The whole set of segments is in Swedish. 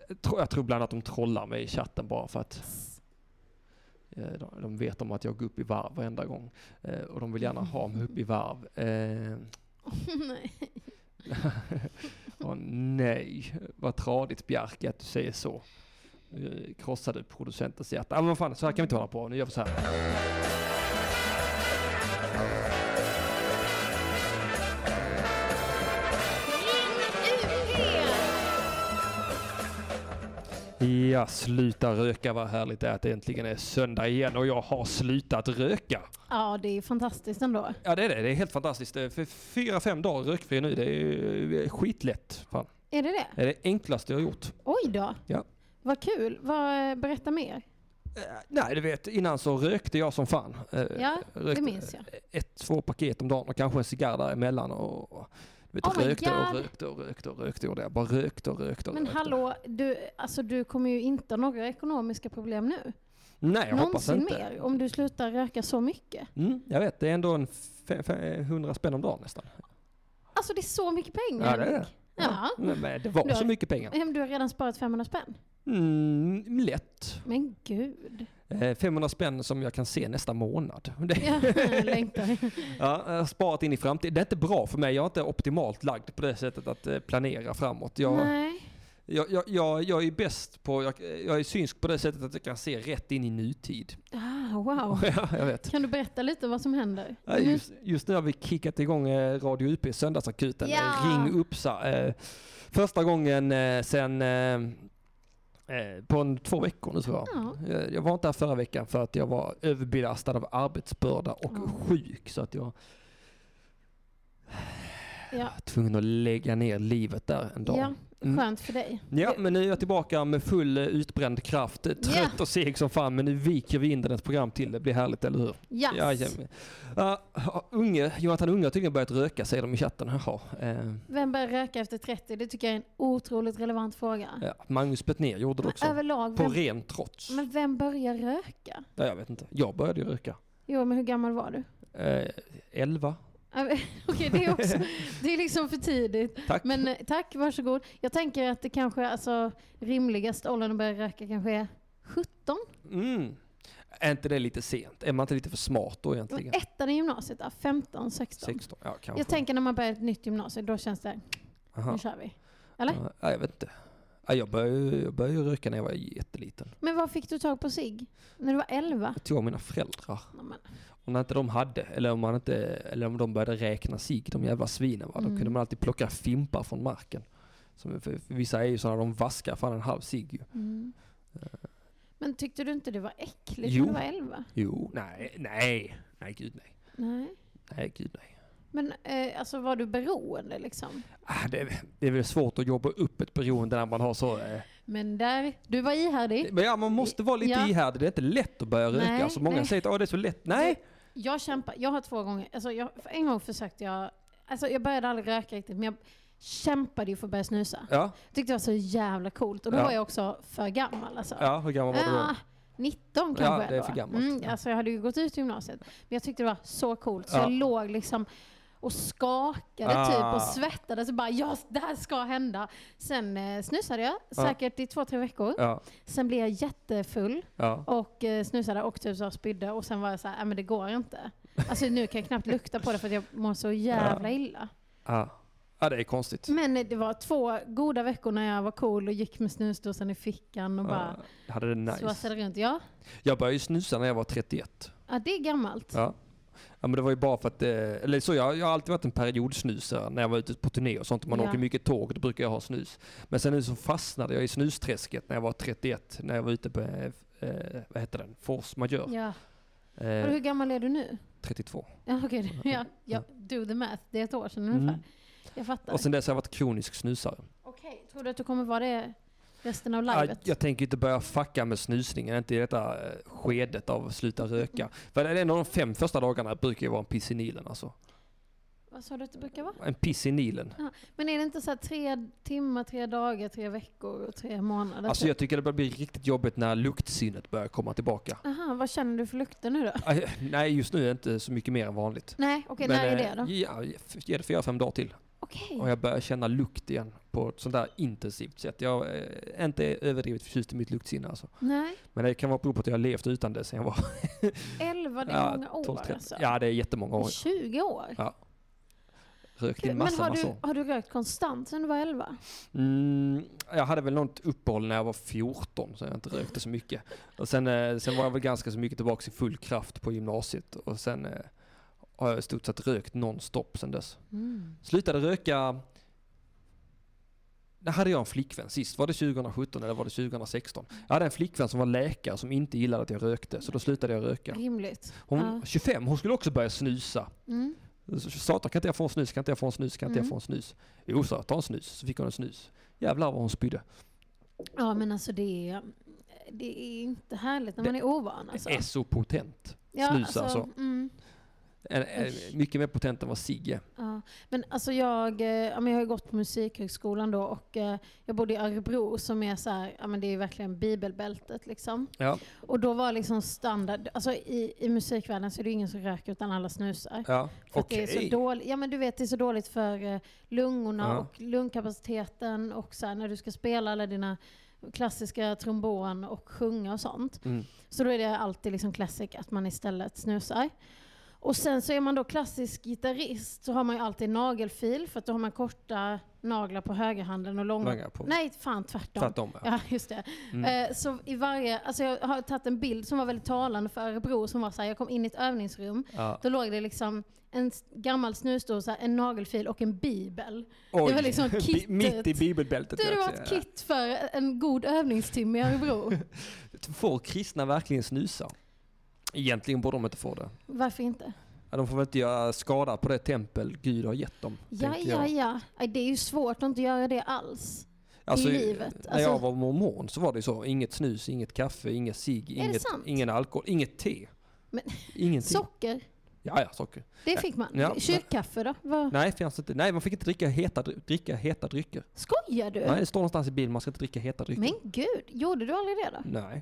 Jag tror bland annat de trollar mig i chatten bara för att de vet om att jag går upp i varv varenda gång. Och de vill gärna ha mig upp i varv. Nej. Nej, vad tradigt Bjarke att du säger så. Krossade producentens hjärta. Men vad fan, så här kan vi inte hålla på. Nu gör vi så här. Ja, sluta röka, vad härligt det är att det äntligen är söndag igen och jag har slutat röka. Ja, det är fantastiskt ändå. Ja, det är det. Det är helt fantastiskt. För 4-5 dagar rökfri nu, det är skitlätt. Fan. Är det det? Det är det enklaste jag har gjort. Oj då. Ja. Vad kul. Berätta mer. Nej, du vet, innan så rökte jag som fan. Ja, det minns jag. 1-2 paket om dagen och kanske en cigarr däremellan och vet, rökte och det. Jag bara rökte. Men hallå, du kommer ju inte ha några ekonomiska problem nu. Nej, jag hoppas inte. Någonsin mer, om du slutar röka så mycket. Jag vet, det är ändå 100 spänn om dagen nästan. Alltså det är så mycket pengar. Ja, det är det. Ja. Men det var så mycket pengar. Du har redan sparat 500 spänn. Lätt. Men gud. 500 spänn som jag kan se nästa månad. Längtar. Ja, jag har sparat in i framtiden. Det är inte bra för mig. Jag är inte optimalt lagd på det sättet att planera framåt. Nej. Jag är bäst på... Jag är synsk på det sättet att jag kan se rätt in i nutid. Wow. Ja, jag vet. Kan du berätta lite vad som händer? Ja, just nu har vi kickat igång Radio UP, Söndagsakuten. Ja. Ring Uppsa. Första gången sen... på 2 veckor nu tror jag. Ja. Jag var inte här förra veckan för att jag var överbelastad av arbetsbörda och sjuk så att jag var tvungen att lägga ner livet där en dag. Ja, skönt för dig. Ja, men nu är jag tillbaka med full utbränd kraft. Trött och seg som fan, men nu viker vi in ett program till. Det blir härligt, eller hur? Yes. Jonathan Unge har tydligen börjat röka, säger de i chatten. Vem börjar röka efter 30? Det tycker jag är en otroligt relevant fråga. Ja, Magnus Bettner gjorde det också. Överlag, på ren trots. Men vem börjar röka? Ja, jag vet inte. Jag började ju röka. Jo, men hur gammal var du? 11. Okej, det är också det är liksom för tidigt. Tack. Men tack, varsågod. Jag tänker att det kanske rimligast åldern att börja röka kanske är 17. Är inte det lite sent? Är man inte lite för smart då egentligen? Ettan i gymnasiet, 15, 16. Ja, kanske. Jag tänker när man börjar ett nytt gymnasium, då känns det, nu kör vi. Eller? Ja, jag vet inte. Jag började röka när jag var jätteliten. Men vad fick du tag på sig när du var 11? Jag tog av mina föräldrar. Och när inte de hade, eller om de började räkna sig, de jävla svinen, då kunde man alltid plocka fimpar från marken. För vissa är ju sådana, de vaskar fan en halv cigg. Men tyckte du inte det var äckligt när du var 11? Jo, nej, gud nej. Nej, gud nej. Men var du beroende liksom? Det är väl svårt att jobba upp ett beroende när man har så... Men du var ihärdig. Men ja, man måste vara lite ihärdig. Det är inte lätt att börja röka. Alltså, många säger att det är så lätt. Nej! Jag kämpar. Jag har 2 gånger... för en gång försökte jag... jag började aldrig röka riktigt, men jag kämpade ju för att börja snusa. Ja. Tyckte det var så jävla coolt. Och då var jag också för gammal. Alltså. Ja, hur gammal var du då? 19 kanske. Ja, det är för gammalt. Jag hade ju gått ut i gymnasiet. Men jag tyckte det var så coolt. Så jag låg liksom och skakade typ och svettades och bara, det här ska hända. Sen snusade jag säkert i 2-3 veckor. Ja. Sen blev jag jättefull och snusade och typ så spydde. Och sen var jag så här, men det går inte. Alltså nu kan jag knappt lukta på det för att jag mår så jävla illa. Ja, det är konstigt. Men det var 2 goda veckor när jag var cool och gick med snusdosan i fickan och bara hade det nice. Svasade runt. Jag började snusa när jag var 31. Ja, det är gammalt. Ja, men det var ju bara för att... jag har alltid varit en periodsnusare när jag var ute på turné och sånt. Man åker mycket tåg, då brukar jag ha snus. Men sen nu så fastnade jag i snusträsket när jag var 31. När jag var ute på, vad heter den? Force majeure. Ja. Och hur gammal är du nu? 32. Ja, okej. Ja, do the math. Det är 1 år sedan ungefär. Jag fattar. Och sen dess har jag varit kronisk snusare. Okej, tror du att du kommer vara det resten av livet? Jag tänker inte börja fucka med snusningen, inte i detta skedet av att sluta röka. För det är en av de 5 första dagarna brukar ju vara en piss i nilen alltså. Vad sa du att det brukar vara? En piss i nilen. Ja, men är det inte så här 3 timmar, 3 dagar, 3 veckor och 3 månader? Alltså jag tycker det börjar bli riktigt jobbigt när luktsinnet börjar komma tillbaka. Aha, vad känner du för lukter nu då? Nej, just nu är det inte så mycket mer än vanligt. Nej, okej, när är det då? Ja, ge det 4-5 dagar till. Okej. Och jag börjar känna lukt igen på ett sånt där intensivt sätt. Jag är inte överdrivet förtjust i mitt luktsinne alltså. Nej. Men det kan vara på att jag har levt utan det sen jag var 11, det är många år 12, alltså. Ja, det är jättemånga år. 20 år? Ja. Rökt en Men massa har du rökt konstant sen du var 11? Jag hade väl något uppehåll när jag var 14 så jag inte rökte så mycket. Och sen var jag väl ganska så mycket tillbaka i full kraft på gymnasiet. Och sen har jag stort sett rökt non-stop sen dess. Slutade röka... När hade jag en flickvän sist? Var det 2017 eller var det 2016? Jag hade en flickvän som var läkare som inte gillade att jag rökte. Så då slutade jag röka. Rimligt. Hon 25, hon skulle också börja snusa. Satan, kan inte jag få en snus? Kan inte jag få en snus? Kan inte jag få en snus? Jo, så ta en snus. Så fick hon en snus. Jävlar vad hon spydde. Ja, men alltså det är inte härligt när man är ovan. Alltså. Det är så potent. Ja, snus alltså. Mycket mer potent än vad cigg är. Ja. Men alltså jag har ju gått på musikhögskolan då och jag bodde i Örebro som är så här, men det är verkligen bibelbältet liksom. Ja. Och då var liksom standard, alltså i musikvärlden så är det ingen som röker utan alla snusar. Ja, okej. Det är så dåligt, ja men du vet det är så dåligt för lungorna och lungkapaciteten och så här, när du ska spela alla dina klassiska trombon och sjunga och sånt. Så då är det alltid liksom classic att man istället snusar. Och sen så är man då klassisk gitarrist så har man ju alltid nagelfil för att då har man korta naglar på högerhanden och långa på... Nej, fan tvärtom. Ja, just det. Så i varje... Alltså jag har tagit en bild som var väldigt talande för Örebro som var så här, jag kom in i ett övningsrum. Ja. Då låg det liksom en gammal snusdosa, en nagelfil och en bibel. Oj. Det var liksom kittet. Mitt i bibelbältet. Det var ett kit för en god övningstimme i Örebro. Får kristna verkligen snusa? Egentligen borde de inte få det. Varför inte? Ja, de får väl inte göra skada på det tempel Gud har gett dem. Ja. Det är ju svårt att inte göra det alls alltså, i livet. När jag var mormon så var det så. Inget snus, inget kaffe, inget cigg, ingen alkohol, inget te. Men, ingenting. Socker? Ja, socker. Det fick man. Ja. Kyrkkaffe då? Nej, fanns inte. Nej, man fick inte dricka heta drycker. Skojar du? Nej, det står någonstans i bilen, man ska inte dricka heta drycker. Men gud, gjorde du aldrig det då? Nej.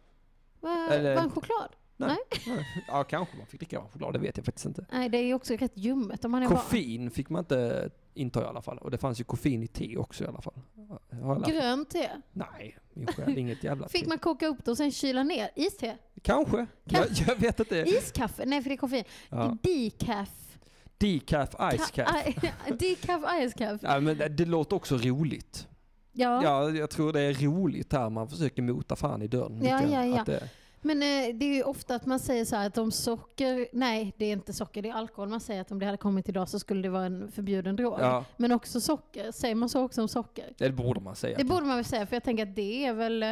Var en choklad? Nej. Ja, kanske man fick dricka choklad, det vet jag faktiskt inte. Nej, det är ju också rätt ljummet. Om man är koffein fick man inte inta i alla fall. Och det fanns ju koffein i te också i alla fall. Grönt te? Nej, min själ, inget jävla te. Fick man koka upp det och sen kyla ner? Iste? Kanske. Jag vet inte. Iskaffe? Nej, för det är koffein. Ja. Decaf. Decaf ice caff. Decaf ice caff. Ja, men det låter också roligt. Ja, jag tror det är roligt här. Man försöker mota fan i dörren. Ja. Men det är ju ofta att man säger så här att om socker, nej det är inte socker, det är alkohol. Man säger att om det hade kommit idag så skulle det vara en förbjuden drog. Ja. Men också socker, säger man så också om socker? Det borde man säga. Det borde man väl säga, för jag tänker att det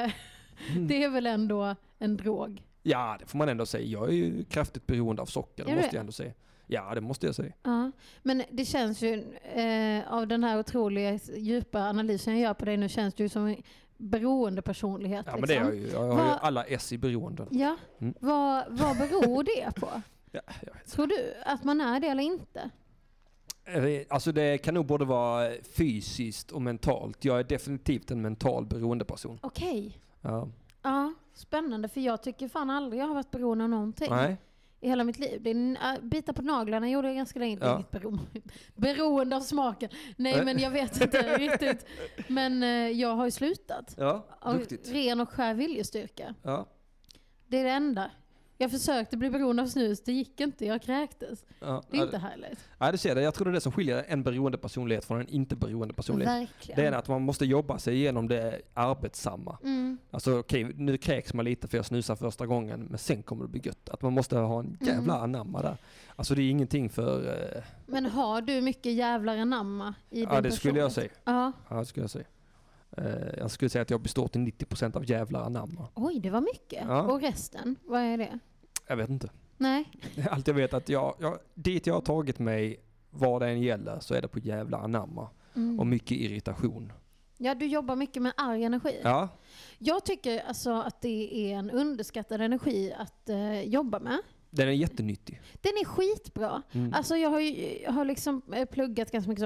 är väl ändå en drog. Ja, det får man ändå säga. Jag är ju kraftigt beroende av socker, det måste jag ändå säga. Ja, det måste jag säga. Ja, men det känns ju av den här otroliga djupa analysen jag gör på dig nu, känns det ju som beroendepersonlighet. Ja, men det är jag ju. Jag har ju alla S i beroenden. Ja, vad beror det på? Tror du att man är det eller inte? Alltså det kan nog både vara fysiskt och mentalt. Jag är definitivt en mental beroendeperson. Okej. Ja, spännande, för jag tycker fan aldrig jag har varit beroende av någonting. Nej. I hela mitt liv. Det är bitar på naglarna gjorde jag ganska länge. Ja. Beroende av smaken. Nej, men jag vet inte riktigt. Men jag har ju slutat. Ja, duktigt. Av ren och skär viljestyrka. Ja. Det är det enda. Jag försökte bli beroende av snus, det gick inte, jag kräktes. Ja, det är inte härligt. Nej, du ser det. Jag tror det är det som skiljer en beroende personlighet från en inte beroende personlighet. Verkligen. Det är att man måste jobba sig igenom det arbetsamma. Alltså okej, nu kräks man lite för jag snusar första gången, men sen kommer det bli gött. Att man måste ha en jävla anamma där. Alltså det är ingenting för... Men har du mycket jävlar anamma i din person? Ja, det skulle jag säga. Ja, det skulle jag säga. Jag skulle säga att jag består till 90% av jävlar anamma. Oj, det var mycket. Ja. Och resten, vad är det? Jag vet inte. Nej. Allt jag vet att dit jag har tagit mig, vad det än gäller, så är det på jävla anamma. Och mycket irritation. Ja, du jobbar mycket med arg energi. Ja. Jag tycker alltså att det är en underskattad energi att jobba med. Den är jättenyttig. Den är skitbra. Alltså jag har liksom pluggat ganska mycket så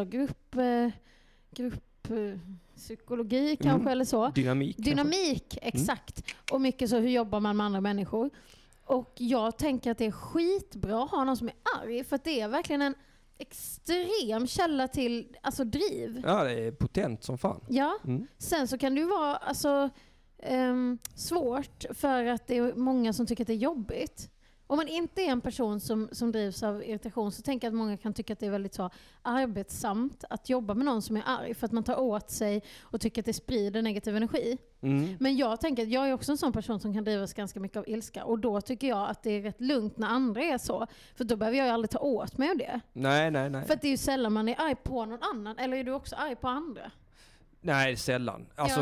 grupppsykologi kanske eller så. Dynamik, exakt. Och mycket så hur jobbar man med andra människor. Och jag tänker att det är skitbra att ha någon som är arg, för att det är verkligen extrem källa till alltså driv. Ja, det är potent som fan. Ja, sen så kan det ju vara alltså, svårt för att det är många som tycker att det är jobbigt. Om man inte är en person som drivs av irritation så tänker jag att många kan tycka att det är väldigt så arbetsamt att jobba med någon som är arg för att man tar åt sig och tycker att det sprider negativ energi. Men jag tänker att jag är också en sån person som kan drivas ganska mycket av ilska och då tycker jag att det är rätt lugnt när andra är så. För då behöver jag ju aldrig ta åt mig av det. Nej. För att det är ju sällan man är arg på någon annan. Eller är du också arg på andra? Nej, sällan. Alltså...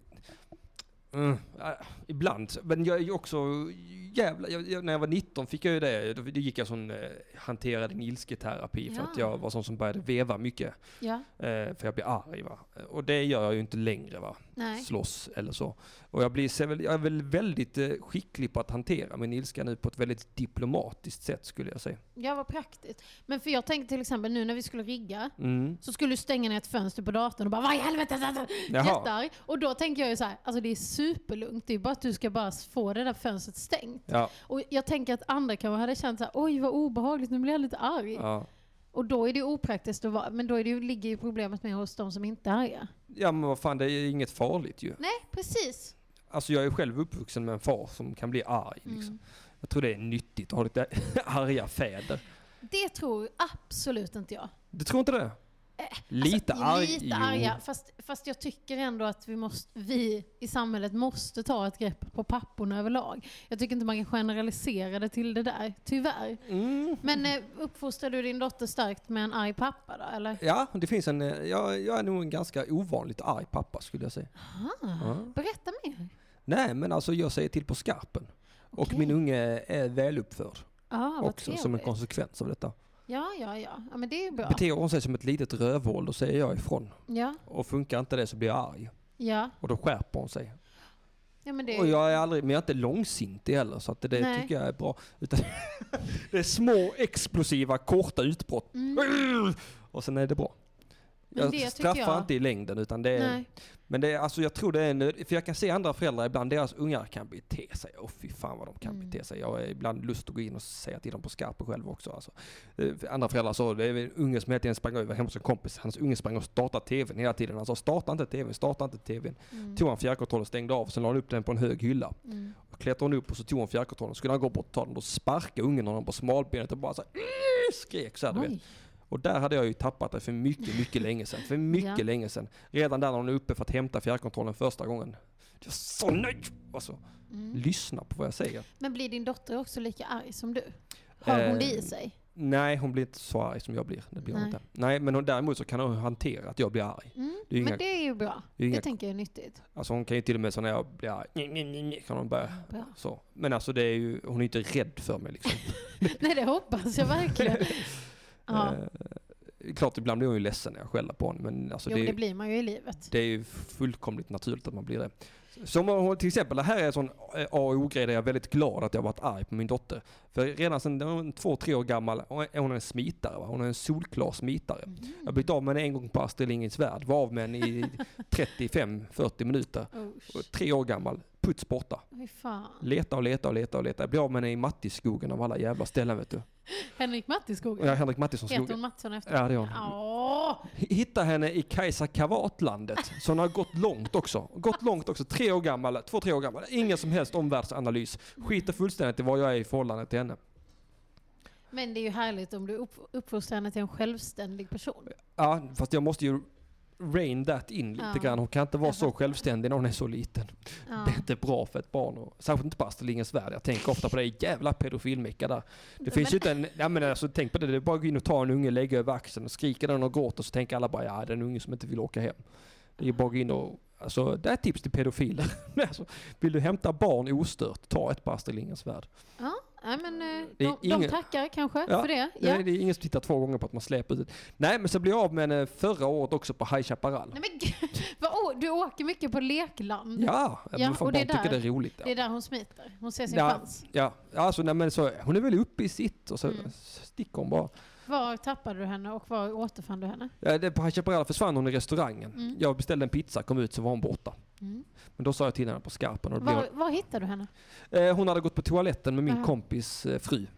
ibland. Men jag är ju också jävla... när jag var 19 fick jag ju det. Då gick jag sån hanterad en ilsketerapi för att jag var sån som började veva mycket. Ja. För jag blir arg, va. Och det gör jag ju inte längre, va. Nej. Slåss eller så. Och jag är väl väldigt skicklig på att hantera min ilska nu på ett väldigt diplomatiskt sätt skulle jag säga. Ja, vad praktiskt. Men för jag tänkte till exempel nu när vi skulle rigga så skulle du stänga ner ett fönster på datorn och bara vad i helvete? Jättearg. Och då tänker jag ju så här, alltså det är superlugnt. Det är bara att du ska bara få det där fönstret stängt. Ja. Och jag tänker att andra kanske hade känt så här, oj vad obehagligt, nu blir jag lite arg. Ja. Och då är det opraktiskt att vara, men då ligger ju problemet med hos de som inte är arga. Ja, men vad fan, det är inget farligt ju. Nej, precis. Alltså jag är själv uppvuxen med en far som kan bli arg liksom. Jag tror det är nyttigt att ha lite arga fäder. Det tror absolut inte jag. Du tror inte det? Lite arga, fast jag tycker ändå att vi i samhället måste ta ett grepp på papporna överlag. Jag tycker inte man kan generalisera det till det där, tyvärr. Men uppfostrar du din dotter starkt med en arg pappa då, eller? Ja, det finns jag är nog en ganska ovanligt arg pappa skulle jag säga. Berätta mer. Nej, men alltså jag säger till på skarpen. Och min unge är väluppförd. Också trevligt. som en konsekvens av detta. Ja, men det är ju bra. Beter hon sig som ett litet rövhål, då säger jag ifrån. Ja. Och funkar inte det så blir jag arg. Ja. Och då skärper hon sig. Ja, men det... Och jag är inte långsintig heller, så att det tycker jag är bra. Utan det är små, explosiva, korta utbrott. Och sen är det bra. Jag straffar inte i längden, utan det är... Nej. Men det är, alltså jag tror det är för jag kan se andra föräldrar ibland, deras ungar kan bete sig. Fy fan vad de kan bete sig. Jag har ibland lust att gå in och säga till dem på skarpen själv också. Alltså. Andra föräldrar så, det är en unge som hela tiden sprang över hemma hos en kompis. Hans unge sprang och startade tvn hela tiden. Han sa starta inte tvn. Tog han fjärrkontrollen, stängde av och sen la han upp den på en hög hylla. Och klättrade hon upp och så tog han fjärrkontrollen. Skulle han gå bort och ta den, då sparkade ungen honom på smalbenet och bara så skrek så här, du vet. Och där hade jag ju tappat det för mycket länge sedan. Länge sedan. Redan där när hon är uppe för att hämta fjärrkontrollen första gången. Jag sa nej! Alltså, lyssna på vad jag säger. Men blir din dotter också lika arg som du? Har hon det i sig? Nej, hon blir inte så arg som jag blir. Det blir hon inte. Nej, men däremot så kan hon hantera att jag blir arg. Men det är ju bra. Det tänker jag är nyttigt. Alltså hon kan ju till och med så när jag blir arg, kan hon börja så. Men alltså det är ju, hon är inte rädd för mig liksom. Nej, det hoppas jag verkligen. Klart ibland blir hon ju ledsen när jag skäller på honom. Men alltså det blir man ju i livet. Det är ju fullkomligt naturligt att man blir det. Som till exempel, det här är en sån A och O-grej där jag är väldigt glad att jag varit arg på min dotter. För redan sedan 2-3 år gammal är hon en smitare. Va? Hon är en solklar smitare. Jag har blivit av med henne en gång på Astrid Lindgrens Värld. Var av med henne i 35-40 minuter. 3 år gammal. Puts borta. Leta. Jag blir av med henne i Mattisskogen av alla jävla ställen, vet du. Henrik Mattisskogen? Ja, Henrik Mattisson skogen. Heter hon Mattisson efter? Ja, det gör hon. Hitta henne i Kajsa Kavatlandet. Så hon har gått långt också. 3 år gammal, 2-3 år gammal. Ingen som helst omvärldsanalys. Skiter fullständigt i vad jag är i förhållande till henne. Men det är ju härligt om du uppfostrar henne till en självständig person. Ja, fast jag måste ju rein that in lite grann. Hon kan inte vara så självständig när hon är så liten. Det är inte bra för ett barn. Och, särskilt inte på Astrid Lindgrens Värld. Jag tänker ofta på det jävla pedofilmecka där. Det finns ju inte en... Ja, men alltså, tänk på det. Det är bara att gå in och ta en unge, lägga över axeln och skrika den och gråta. Och så tänker alla bara, det är en unge som inte vill åka hem. Det är ju bara att gå in och... Alltså, det är ett tips till pedofiler. Alltså, vill du hämta barn ostört, ta ett på Astrid Lindgrens Värld. Ja, men de tackar kanske för det. Ja. Det är ingen som tittar 2 gånger på att man släpper ut. Nej, men så blev jag av med henne förra året också på High Chaparral. Nej, men du åker mycket på lekland. Ja, och barn tycker det är roligt. Ja. Det är där hon smiter. Hon ser sin chans. Ja, alltså, men så, hon är väl uppe i sitt och så sticker hon bara. Var tappade du henne och var återfann du henne? På High Chaparral försvann hon i restaurangen. Jag beställde en pizza, kom ut så var hon borta. Men då sa jag till henne på skarpen. Och var hittade du henne? Hon hade gått på toaletten med min kompis fru.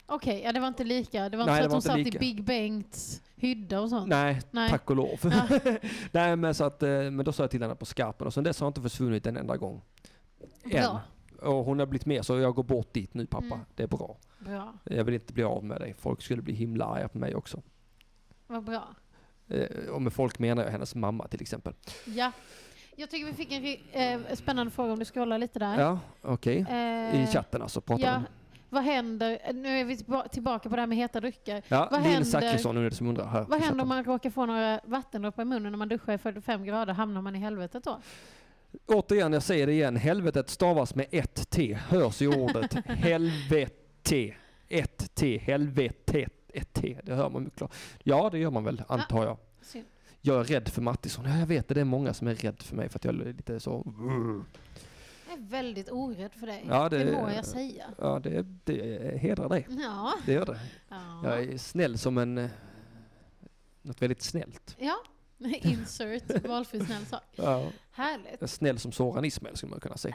Okej, ja, det var inte lika. Det var inte så att hon satt i Big Bengts hydda och sånt. Nej, tack och lov. Ja. Nej, men då sa jag till henne på skarpen och sen dess har jag inte försvunnit en enda gång. Än. Och hon har blivit med så jag går bort dit nu, pappa. Det är bra. Jag vill inte bli av med dig. Folk skulle bli himla arga på mig också. Vad bra. Och med folk menar jag hennes mamma till exempel. Ja. Jag tycker vi fick en spännande fråga om du ska hålla lite där. Ja, okej. I chatten alltså pratar vi. Vad händer, nu är vi tillbaka på det här med heta drycker. Ja, vad Linn Zachrisson nu är det som undrar här. Vad händer om man råkar få några vattendroppar i munnen när man duschar i 45 grader? Hamnar man i helvetet då? Återigen, jag säger det igen. Helvetet stavas med ett T. Hörs i ordet. Helvete. Ett T. Helvete. Ett T. Det hör man mycket klart. Ja, det gör man väl, antar jag. Synd. Jag är rädd för Mattisson. Ja, jag vet det. Det är många som är rädd för mig för att jag är lite så... Jag är väldigt orädd för dig. Ja, det må jag säga. Ja, det hedrar dig. Ja. Det gör det. Ja. Jag är snäll som något väldigt snällt. Ja. Insert valfri snäll sak. Ja. Härligt. Jag är snäll som Soran Ismail skulle man kunna säga.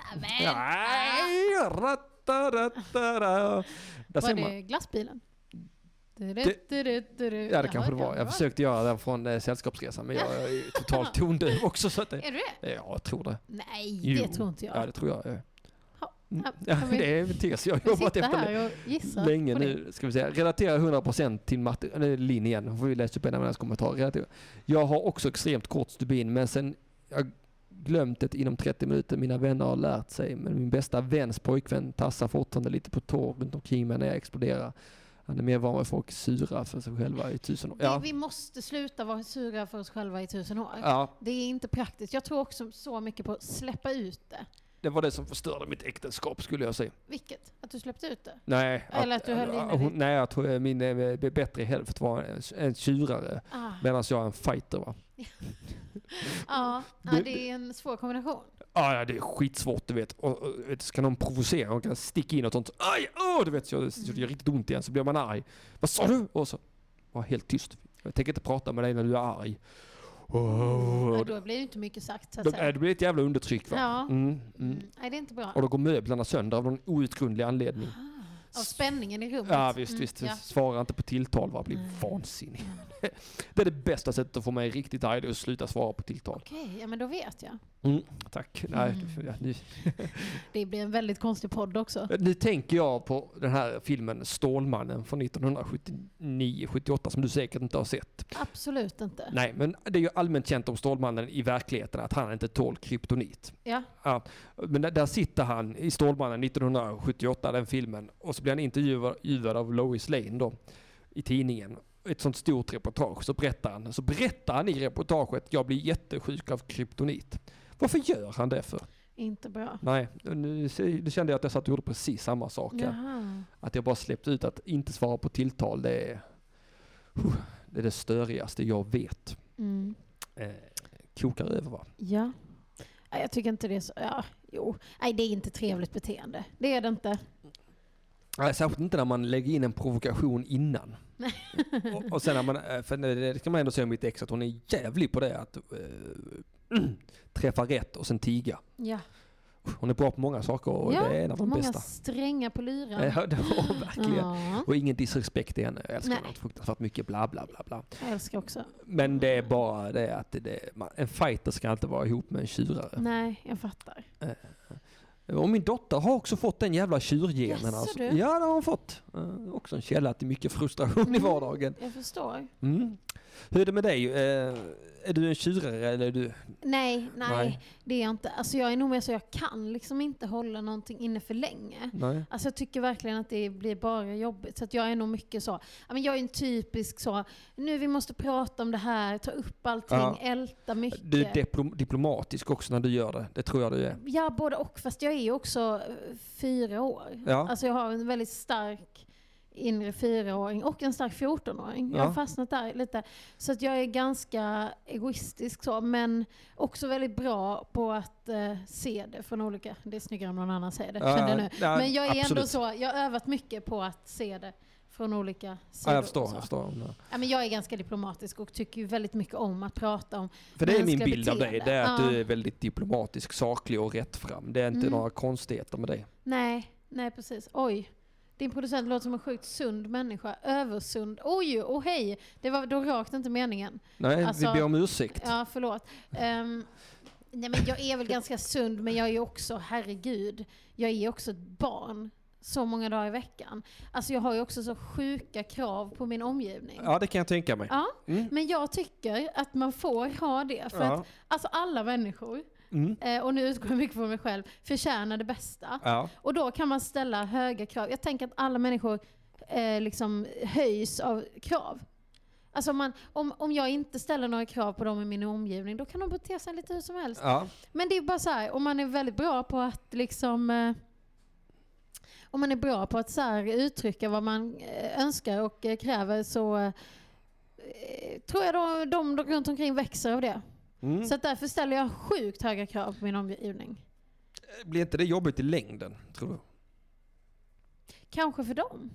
Var det glassbilen? Ja, det kanske det var. Jag försökte göra den från Sällskapsresan, men jag är totalt tondöv också. Så att är du det? Ja, jag tror det. Nej, det tror inte jag. Ja, det tror jag. Ja, det är Mattias. Jag har jobbat efter länge nu. Ska vi säga. Relatera 100% till Linn igen. Får vi läsa upp en av hennes kommentarer. Jag har också extremt kort stubin, men sen jag glömt det inom 30 minuter. Mina vänner har lärt sig, men min bästa väns pojkvän tassar fortfarande lite på tår runt omkring mig när jag exploderar. Han är mer van med folk sura för sig själva i 1000 år. Ja. Vi måste sluta vara sura för oss själva i 1000 år. Ja. Det är inte praktiskt. Jag tror också så mycket på att släppa ut det. Det var det som förstörde mitt äktenskap, skulle jag säga. Vilket? Att du släppte ut det? Nej. Eller att du höll inne det? Nej, jag tror min bättre hälft var en tjurare. Medan jag är en fighter, va? Ja, det är en svår kombination. Ja, det är skitsvårt, du vet. Och ska någon provocera och kan sticka in och sånt. Aj, du vet, så det gör riktigt ont igen. Så blir man arg. Vad sa du? Och så var helt tyst. Jag tänker inte prata med dig när du är arg. Då blir det inte mycket sagt, så att säga. Det blir ett jävla undertryck, va? Ja. Nej, det är inte bra. Och då går möblerna sönder av någon outgrundlig anledning. Av spänningen i rummet. Ja, visst. Ja. Svarar inte på tilltal, va? Blir vansinnig. Det är det bästa sättet att få mig riktigt arg, det är att sluta svara på tilltal. Okej, ja men då vet jag. Tack. Nej, det blir en väldigt konstig podd också. Nu tänker jag på den här filmen Stålmannen från 1979-78 som du säkert inte har sett. Absolut inte. Nej, men det är ju allmänt känt om Stålmannen i verkligheten att han inte tål kryptonit. Ja. Men där sitter han i Stålmannen 1978, den filmen, och så blir han intervjuad av Lois Lane då i tidningen. Ett sånt stort reportage, så berättar han i reportaget: jag blir jättesjuk av kryptonit. Varför gör han det för? Inte bra. Nej, nu kände jag att jag satt och gjorde precis samma sak här. Att jag bara släppte ut att inte svara på tilltal, det är det störigaste jag vet. Kokar över, va? Ja. Jag tycker inte det är så... Ja, jo. Nej, det är inte trevligt beteende. Det är det inte. Nej, särskilt inte när man lägger in en provokation innan. och sen när man, för det kan man ändå säga om mitt ex, att hon är jävlig på det, att träffa rätt och sen tiga. Ja. Hon är bra på många saker och det är en av de många bästa. Många stränga på lyran. Ja, det var verkligen. Och ingen disrespekt i henne. Jag älskar något fruktansvärt mycket bla bla bla bla. Jag älskar också. Men det är bara det att en fighter ska inte vara ihop med en tjurare. Nej, jag fattar. Och min dotter har också fått den jävla tjurgenen. Alltså. Ja, det har hon fått. Också en källa till mycket frustration i vardagen. Jag förstår. Hur är det med dig? Är du en tjurare eller är du... Nej, det är jag inte. Alltså jag är nog mer så jag kan liksom inte hålla någonting inne för länge. Nej. Alltså jag tycker verkligen att det blir bara jobbigt. Så att jag är nog mycket så. Jag är en typisk så, nu vi måste prata om det här, ta upp allting, älta mycket. Du är diplomatisk också när du gör det. Det tror jag du är. Ja, både och. Fast jag är ju också 4 år. Ja. Alltså jag har en väldigt stark inre 4-åring och en stark 14-åring. Jag har fastnat där lite. Så att jag är ganska egoistisk så, men också väldigt bra på att se det från olika... Det är snyggare om någon annan säger det, kände jag nu. Ja, men jag är absolut. Ändå så, jag har övat mycket på att se det från olika sidor. Ja, jag förstår. Ja, men jag är ganska diplomatisk och tycker ju väldigt mycket om att prata om. För det är min bild av dig, det är att du är väldigt diplomatisk, saklig och rättfram. Det är inte några konstigheter med dig. Nej, precis. Oj. din producent låter som en sjukt sund människa. Översund. Oj, och hej. Det var då rakt inte meningen. Nej, alltså, vi ber om ursäkt. Ja, förlåt. Nej, men jag är väl ganska sund, men jag är också, herregud, jag är också ett barn så många dagar i veckan. Alltså jag har ju också så sjuka krav på min omgivning. Ja, det kan jag tänka mig. Ja, men jag tycker att man får ha det. För att alltså alla människor, och nu utgår jag mycket från mig själv, förtjänar det bästa. Ja. Och då kan man ställa höga krav. Jag tänker att alla människor liksom höjs av krav. Alltså om jag inte ställer några krav på dem i min omgivning, då kan de bete sig lite hur som helst. Ja. Men det är bara så här, om man är väldigt bra på att liksom... Om man är bra på att så här uttrycka vad man önskar och kräver, så tror jag de runt omkring växer av det. Så att därför ställer jag sjukt höga krav på min omgivning. Blir inte det jobbigt i längden, tror du? Kanske för dem.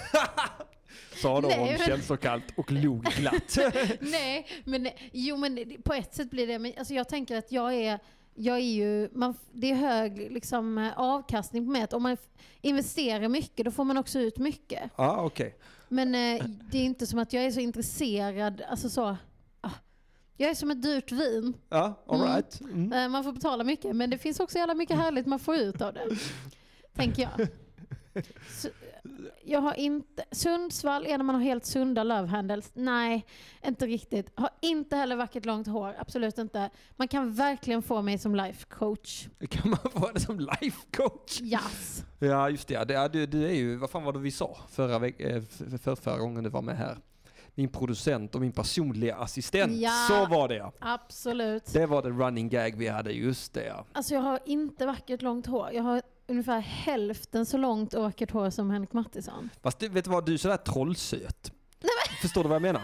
Sa de känslokallt och log glatt. Nej, men på ett sätt blir det. Men alltså jag tänker att jag är ju, det är hög liksom, avkastning på mig. Att om man investerar mycket, då får man också ut mycket. Ja, okej. Men det är inte som att jag är så intresserad. Alltså så... Jag är som ett dyrt vin. Ja, all right. Man får betala mycket, men det finns också jävla mycket härligt man får ut av det. Tänker jag. Jag har inte... Sundsvall är när man har helt sunda love handles. Nej, inte riktigt. Har inte heller vackert långt hår. Absolut inte. Man kan verkligen få mig som life coach. Kan man få det som life coach? Yes. Ja, just det. Du är ju... Vad fan var det vi sa förra gången du var med här? Min producent och min personliga assistent. Ja, så var det, ja. Absolut. Det var det running gag vi hade, just det, ja. Alltså jag har inte vackert långt hår. Jag har ungefär hälften så långt och vackert hår som Henrik Mattisson. Fast vet du vad, du är sådär trollsöt. Förstår du vad jag menar?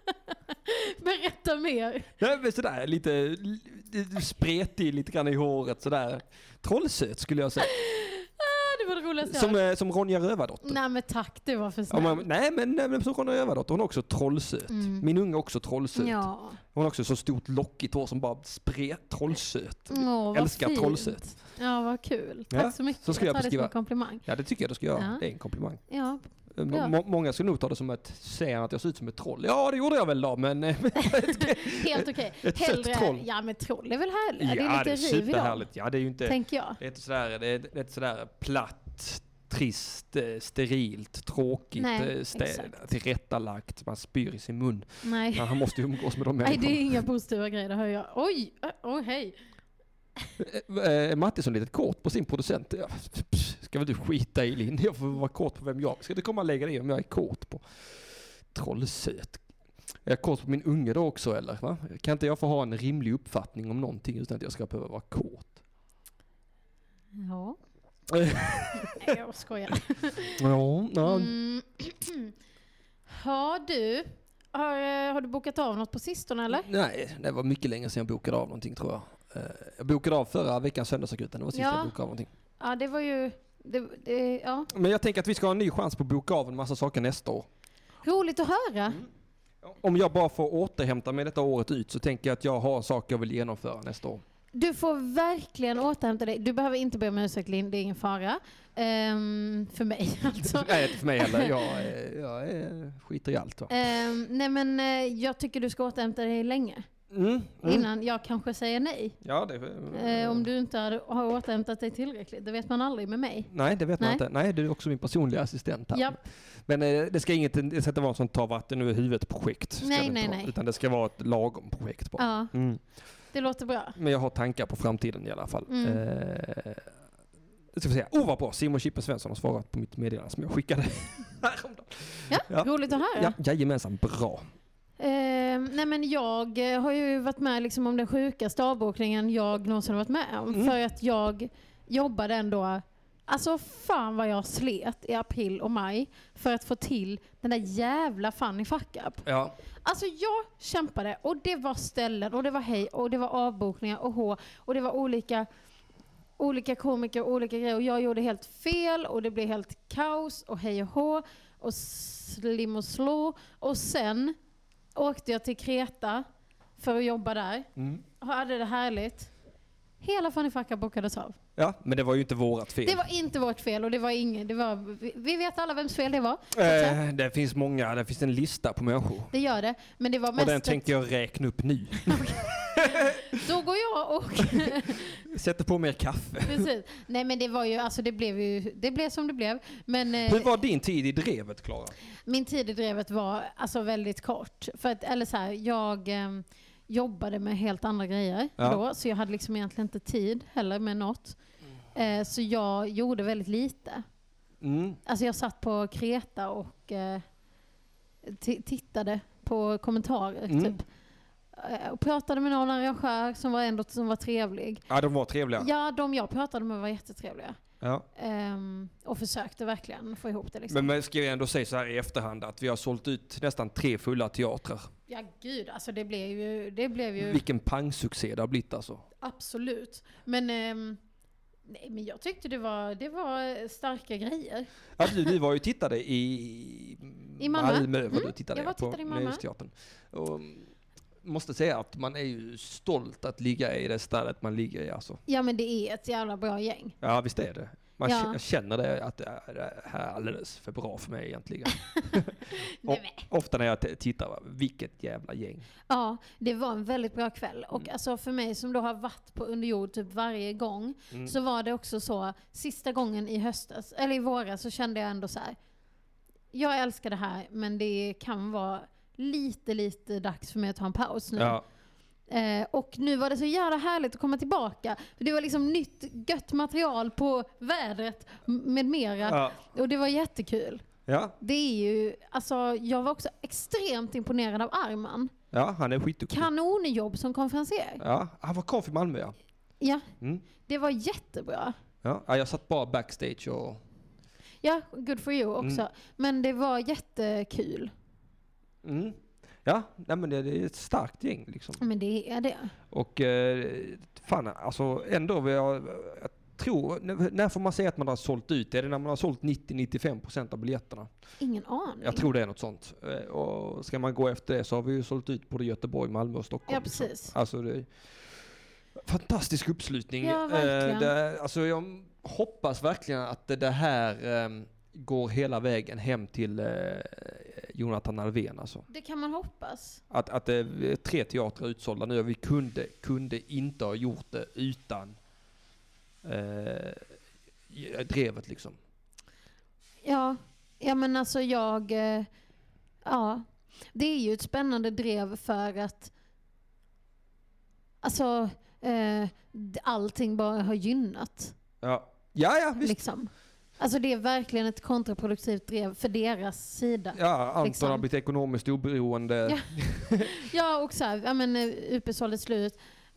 Berätta mer. Nej, men sådär lite spretig lite grann i håret, sådär. Trollsöt skulle jag säga. Det var det roligaste. Som Ronja Rövardotter. Nej men tack, det var för snällt. Nej men som Ronja Rövardotter, hon är också trollsöt. Min unge är också trollsöt. Ja. Hon har också så stort lockigt hår som bara trollsöt. Älskar fint. Trollsöt. Ja, vad kul. Tack så mycket. Så ska jag tar det som en komplimang. Ja, det tycker jag du ska göra. Ja. Det är en komplimang. Ja. Många skulle nog ta det som säga att jag ser ut som ett troll. Ja, det gjorde jag väl då, men... Helt okej. Hellre troll. Ja, men troll är väl härligt? Ja, det är lite riv i dem. Ja, det är ju inte... Tänker jag. Det är inte sådär platt, trist, sterilt, tråkigt, tillrättalagt. Man spyr i sin mun. Nej. Han måste ju umgås med de människorna. Nej, det är inga positiva grejer, det hör jag. Oj, hej. Mattisson lite kort på sin producent. Ja, ska väl du skita i Linn? Jag får vara kort på vem jag ska. Det komma och lägga det om jag är kort på trollsöt. Är jag kort på min unge då också, eller? Va? Kan inte jag få ha en rimlig uppfattning om någonting utan att jag ska behöva vara kort? Ja. Nej, jag skojar. Ja. Har du bokat av något på sistone, eller? Nej, det var mycket länge sedan jag bokade av någonting, tror jag. Jag bokade av förra veckans söndagsakuten. Det var sist jag bokade av någonting. Ja, det var ju... ja. Men jag tänker att vi ska ha en ny chans på att boka av en massa saker nästa år. Roligt att höra. Om jag bara får återhämta mig detta året ut, så tänker jag att jag har saker jag vill genomföra nästa år. Du får verkligen återhämta dig. Du behöver inte be om ursäkt, Linn. Det är ingen fara. För mig alltså. Nej, inte för mig heller. Jag skiter i allt. Va? Nej, men jag tycker du ska återhämta dig länge. Innan jag kanske säger nej. Ja, om du inte har återhämtat dig tillräckligt. Det vet man aldrig med mig. Nej, det vet man inte. Nej, du är också min personliga assistent här. Japp. Men det ska inte vara sånt ta vatten ur huvudet projekt. Nej. Utan det ska vara ett lagom projekt bara. Ja. Det låter bra. Men jag har tankar på framtiden i alla fall. Det ska vi säga. Vad bra. Simon Chippen Svensson har svarat på mitt meddelande som jag skickade häromdagen. Ja, roligt att höra. Ja, jajamensan, bra. Nej, men jag har ju varit med liksom om den sjukaste avbokningen jag någonsin varit med om. För att jag jobbade ändå... Alltså fan vad jag slet i april och maj för att få till den där jävla funny fuck up. Ja. Alltså jag kämpade och det var ställen och det var hej och det var avbokningar och det var olika komiker och olika grejer och jag gjorde helt fel och det blev helt kaos och hej och hå och slim och slå och sen åkte jag till Kreta för att jobba där och hade det härligt. Hela Funny Fuck Up bokades av. Ja, men det var ju inte vårat fel. Det var inte vårt fel och det var ingen. Vi vet alla vems fel det var. Det finns många, det finns en lista på människor. Det gör det, men det var mest. Och den tänkte jag räkna upp nu. Då går jag och sätter på mer kaffe. Precis. Nej, men det var ju, alltså det blev som det blev. Men, hur var din tid i drevet, Klara? Min tid i drevet var alltså väldigt kort. För att, eller så här, jag jobbade med helt andra grejer då, så jag hade liksom egentligen inte tid heller med något. Så jag gjorde väldigt lite. Alltså jag satt på Kreta och tittade på kommentarer typ. Och pratade med någon arrangör som var trevlig. Ja, de var trevliga. Ja, de jag pratade med var jättetrevliga. Ja. Och försökte verkligen få ihop det. Liksom. Men ska jag ändå säga så här i efterhand att vi har sålt ut nästan 3 fulla teatrar. Ja, gud. Alltså det blev ju... Vilken pangsuccé det har blivit alltså. Absolut. Men... nej, men jag tyckte det var starka grejer. Ja, du var ju tittade i Malmö. Du tittade jag var tittade i Malmö. Nöjesteatern. Och måste säga att man är ju stolt att ligga i det stället man ligger i. Alltså. Ja, men det är ett jävla bra gäng. Ja, visst är det. Jag känner det att det här är alldeles för bra för mig egentligen. Ofta när jag tittar, vilket jävla gäng. Ja, det var en väldigt bra kväll. Och alltså för mig som då har varit på underjord typ varje gång, så var det också så, sista gången i våras så kände jag ändå så här: jag älskar det här, men det kan vara lite dags för mig att ta en paus nu. Ja. Och nu var det så jävla härligt att komma tillbaka. För det var liksom nytt gött material på vädret med mera. Ja. Och det var jättekul. Ja. Det är ju, alltså jag var också extremt imponerad av Arman. Ja, han är skitduktig. Kanonjobb som konferencier. Ja, han var kvar i Malmö, ja. Ja, det var jättebra. Ja, jag satt bara backstage och... Ja, good for you också. Men det var jättekul. Ja, nej, men det är ett starkt gäng liksom. Men det är det. Och fan, alltså ändå, jag tror, när får man säga att man har sålt ut? Är det när man har sålt 90-95% av biljetterna? Ingen aning. Jag tror det är något sånt. Och ska man gå efter det så har vi ju sålt ut både Göteborg, Malmö och Stockholm. Ja, precis. Liksom. Alltså det är fantastisk uppslutning. Ja, verkligen. Alltså jag hoppas verkligen att det här går hela vägen hem till Jonathan Alvén alltså. Det kan man hoppas. Att 3 teatrar utsålda nu och vi kunde inte ha gjort det utan drevet liksom. Ja men alltså det är ju ett spännande drev för att alltså allting bara har gynnat. Ja, visst. Liksom. Alltså det är verkligen ett kontraproduktivt drev för deras sida. Ja, Anton liksom har blivit ekonomiskt oberoende. Ja, och så här, UP sålde slut.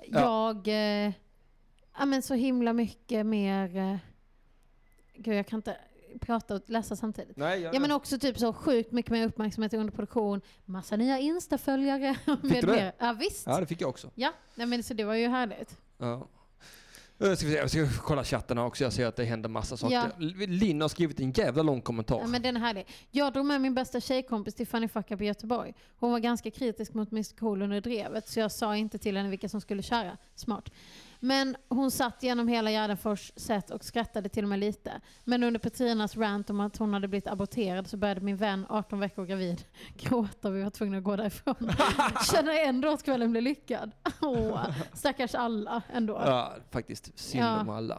Jag, så himla mycket mer... Gud, jag kan inte prata och läsa samtidigt. Nej, men också typ så sjukt mycket mer uppmärksamhet i underproduktion. Massa nya Insta-följare. Fick du det? Ja, visst. Ja, det fick jag också. Ja, men så det var ju härligt. Ja. Jag ska kolla chattarna också, jag ser att det händer massa saker. Ja. Linn har skrivit en jävla lång kommentar. Ja, men den är härlig. Jag drog med min bästa tjejkompis till Funny Fuck Up i Göteborg. Hon var ganska kritisk mot Mr. Cool under drevet, så jag sa inte till henne vilka som skulle köra. Smart. Men hon satt genom hela Gärdenfors set och skrattade till och med lite. Men under Petrinas rant om att hon hade blivit aborterad så började min vän, 18 veckor gravid, gråta och vi var tvungna att gå därifrån. Känner ändå att kvällen blev lyckad. Stackars alla ändå. Ja, faktiskt. Synd om alla.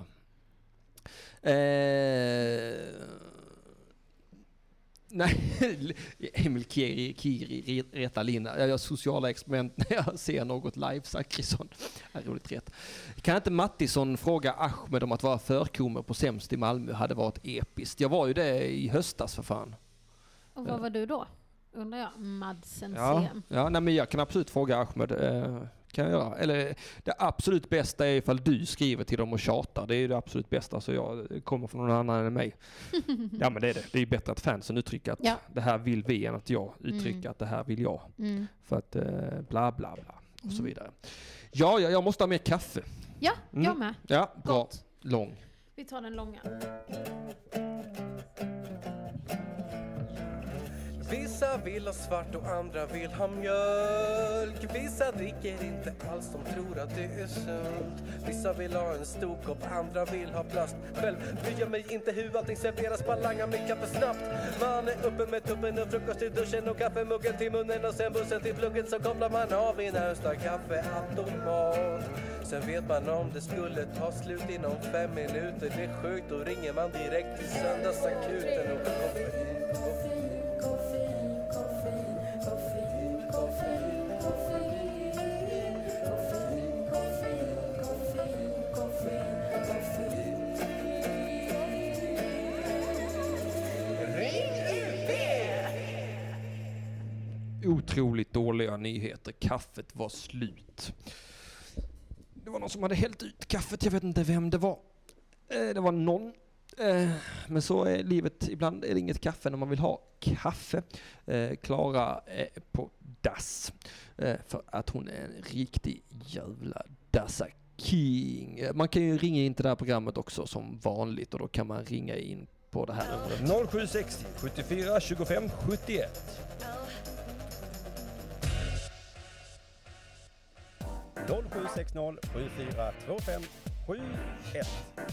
Nej, Emil Kiri rättar Lina. Jag gör sociala experiment när jag ser något live, Zachrisson. Roligt rätt. Kan inte Mattisson fråga Ahmed om att vara förkomer på Sämst i Malmö hade varit episkt? Jag var ju det i höstas för fan. Och vad var du då? Undrar jag. Madsen CM. Ja, nej, men jag kan absolut fråga Ahmed. Kan jag göra. Eller det absolut bästa är ifall du skriver till dem och tjatar. Det är det absolut bästa, så jag kommer från någon annan än mig. Ja, men det är det. Det är bättre att fansen uttrycker att det här vill vi än att jag uttrycker att det här vill jag. För att bla bla bla och så vidare. Ja, jag måste ha mer kaffe. Ja, jag med. Ja, bra. Gott. Lång. Vi tar den långa. Vissa vill ha svart och andra vill ha mjölk. Vissa dricker inte alls, de tror att det är sunt. Vissa vill ha en stor kopp, andra vill ha plast. Själv bryr jag mig inte hur allting serveras, bara langar mitt kaffe snabbt. Man är uppe med tuppen och frukost till duschen och kaffemuggen till munnen och sen bussen till plugget, så kopplar man av i närmsta kaffeautomat. Sen vet man om det skulle ta slut inom 5 minuter. Det är sjukt, då ringer man direkt till söndagsakuten och otroligt dåliga nyheter. Kaffet var slut. Det var någon som hade hällt ut kaffet. Jag vet inte vem det var. Det var någon. Men så är livet. Ibland är det inget kaffe när man vill ha kaffe. Klara är på dass. För att hon är en riktig jävla dassa king. Man kan ju ringa in till det här programmet också som vanligt. Och då kan man ringa in på det här numret. 0760 74 25 71. 0760 74 25 71.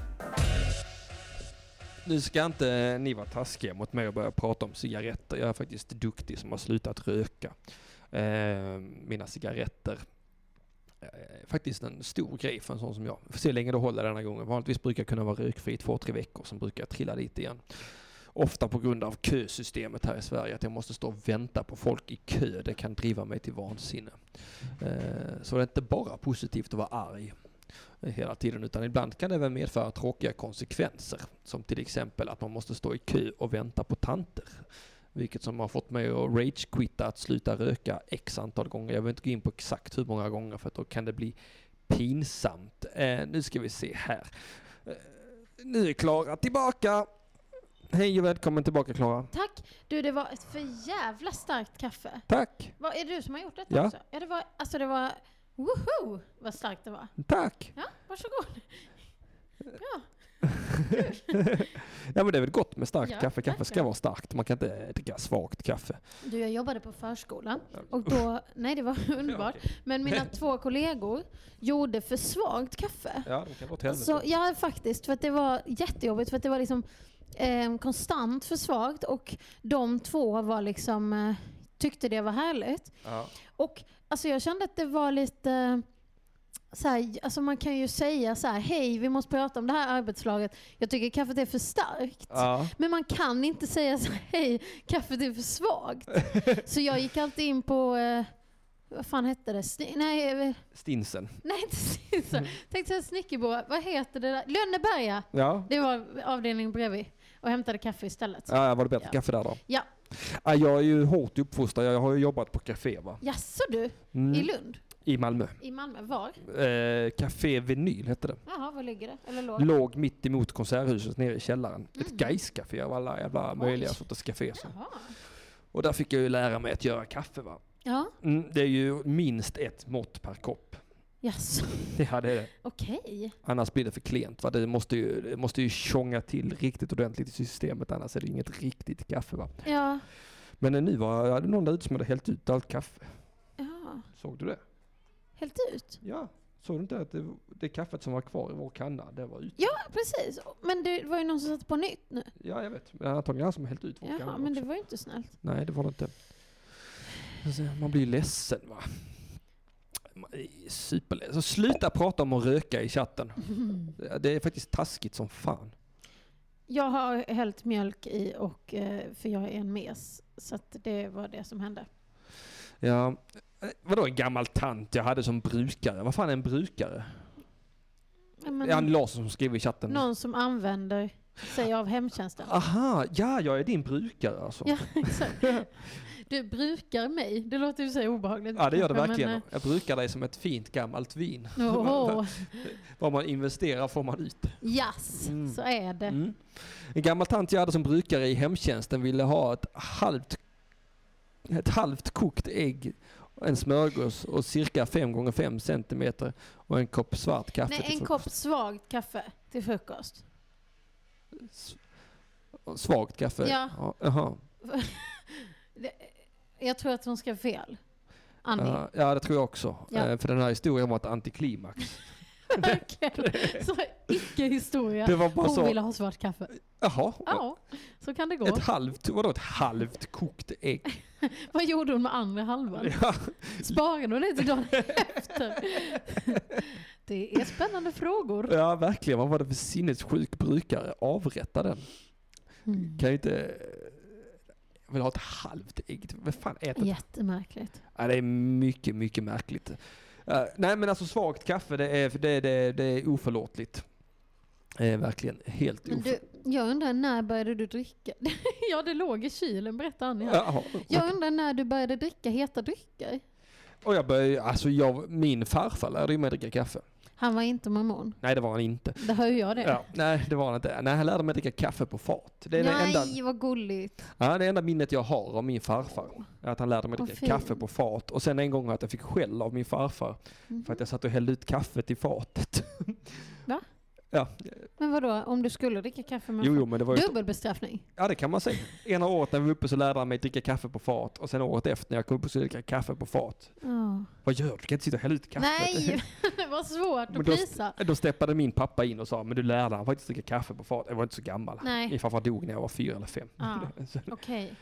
Nu ska inte ni vara taskiga mot mig och börja prata om cigaretter. Jag är faktiskt duktig som har slutat röka. Mina cigaretter är faktiskt en stor grej för en sån som jag. Vi får se hur länge det håller denna gången. Vanligtvis brukar jag kunna vara rökfri 2-3 veckor, sen brukar jag trilla dit igen. Ofta på grund av kösystemet här i Sverige, att jag måste stå och vänta på folk i kö. Det kan driva mig till vansinne. Så det är inte bara positivt att vara arg hela tiden, utan ibland kan det väl medföra tråkiga konsekvenser. Som till exempel att man måste stå i kö och vänta på tanter. Vilket som har fått mig att rage-quitta, att sluta röka x antal gånger. Jag vill inte gå in på exakt hur många gånger, för att då kan det bli pinsamt. Nu ska vi se här. Nu är Klara tillbaka. Hej och välkommen tillbaka, Klara. Tack. Du, det var ett för jävla starkt kaffe. Tack. Vad är det du som har gjort detta också? Ja, det var woho, vad starkt det var. Tack. Ja, varsågod. Bra. Ja, men det är väl gott med starkt kaffe. Kaffe ska verkligen vara starkt. Man kan inte dricka svagt kaffe. Du, jag jobbade på förskolan och då, nej det var underbart, men mina 2 kollegor gjorde för svagt kaffe. Ja, det kan vara helvete. Så ja, faktiskt, för att det var jättejobbigt, för att det var liksom konstant för svagt, och de 2 var liksom tyckte det var härligt. Ja. Och alltså jag kände att det var lite så här, alltså man kan ju säga så här: hej, vi måste prata om det här arbetslaget. Jag tycker kaffet är för starkt. Ja. Men man kan inte säga så här: hej, kaffet är för svagt. Så jag gick alltid in på vad fan hette det? Stinsen. Nej, inte Stinsen. Tänkte säga Snickerbo. Vad heter det där? Lönneberga. Ja. Det var avdelningen bredvid. Och hämtade kaffe istället. Ja, var det bättre kaffe där då? Ja. Ja, jag är ju hårt uppfostrad. Jag har ju jobbat på café, va? Jaså du? I Lund? I Malmö. I Malmö, var? Café Vinyl hette det. Jaha, var ligger det? Eller låg mitt emot konserthuset nere i källaren. Ett Gais-café av alla jävla möjliga sorters café. Och där fick jag ju lära mig att göra kaffe, va? Ja. Det är ju minst 1 mått per kopp. Jaså? Ja, det är det. Okej. Annars blir det för klent, va? Det måste ju tjonga till riktigt ordentligt i systemet, annars är det inget riktigt kaffe, va? Ja. Men nu var det någon där ute som hade hällt ut allt kaffe. Ja. Såg du det? Helt ut? Ja. Såg du inte att det kaffet som var kvar i vår kanna, det var ute? Ja, precis. Men det var ju någon som satte på nytt nu. Ja, jag vet. Men antagligen han som hällt ut vår kanna. Ja, men också. det var ju inte snällt. Nej, det var det inte. Man blir ledsen, va? Superledsen. Så sluta prata om att röka i chatten. Det är faktiskt taskigt som fan. Jag har hällt mjölk i, och för jag är en mes. Så att det var det som hände. Ja, vadå en gammal tant jag hade som brukare? Vad fan är en brukare? Jan Larsson som skriver i chatten. Någon som använder sig av hemtjänsten. Aha, ja, jag är din brukare alltså. Ja, exakt. Du brukar mig. Det låter ju så obehagligt. Ja, det gör det verkligen. Jag brukar dig som ett fint gammalt vin. Vad man investerar får man ut. Yes, så är det. En gammal tant jag hade som brukare i hemtjänsten ville ha ett halvt kokt ägg, en smörgås och cirka 5x5 centimeter och en kopp svart kaffe. Nej, en kopp svagt kaffe till frukost. Svagt kaffe? Ja. Jaha. Jag tror att hon skrev fel. Annie. Ja, det tror jag också. Ja. För den här historien var ett antiklimax. Okay. Så icke-historia. Det var bara hon så. ville ha svart kaffe. Jaha. Ja, så kan det gå. Ett halvt kokt ägg? Vad gjorde hon med andra halvan? Ja. Sparade hon det till dagen efter? Det är spännande frågor. Ja, verkligen. Vad var det för sinnessjuk brukare? Avrätta den. Kan ju inte... Jag vill ha ett halvt ägg. Vad fan äter det? Jättemärkligt. Ja, det är mycket, mycket märkligt. Nej, men alltså svagt kaffe, det är oförlåtligt. Det är verkligen helt oförlåtligt. Jag undrar, när började du dricka? Ja, det låg i kylen, berättar Annie här. Jaha. Jag undrar när du började dricka heta drycker. Och min farfar lärde mig dricka kaffe. Han var inte mormon. Nej, det var han inte. Det hör ju jag det. Ja, nej, det var han inte. Nej, han lärde mig dricka kaffe på fat. Det är Nej, vad gulligt. Ja, det enda minnet jag har av min farfar är att han lärde mig dricka kaffe på fat. Och sen en gång att jag fick skäll av min farfar för att jag satt och hällde ut kaffet i fatet. Va? Ja. Men vadå, om du skulle dricka kaffe med Jo, men det var ju dubbelbestraffning? Ja, det kan man säga. Ena året när vi var uppe så lärde han mig dricka kaffe på fat. Och sen året efter när jag kom upp och skulle dricka kaffe på fat. Vad gör du? Du kan inte sitta och hälla ut kaffet. Nej, det var svårt att prisa. Då steppade min pappa in och sa, men du lärde han faktiskt dricka kaffe på fat. Jag var inte så gammal. Nej. Min farfar dog när jag var 4 eller 5. Okej.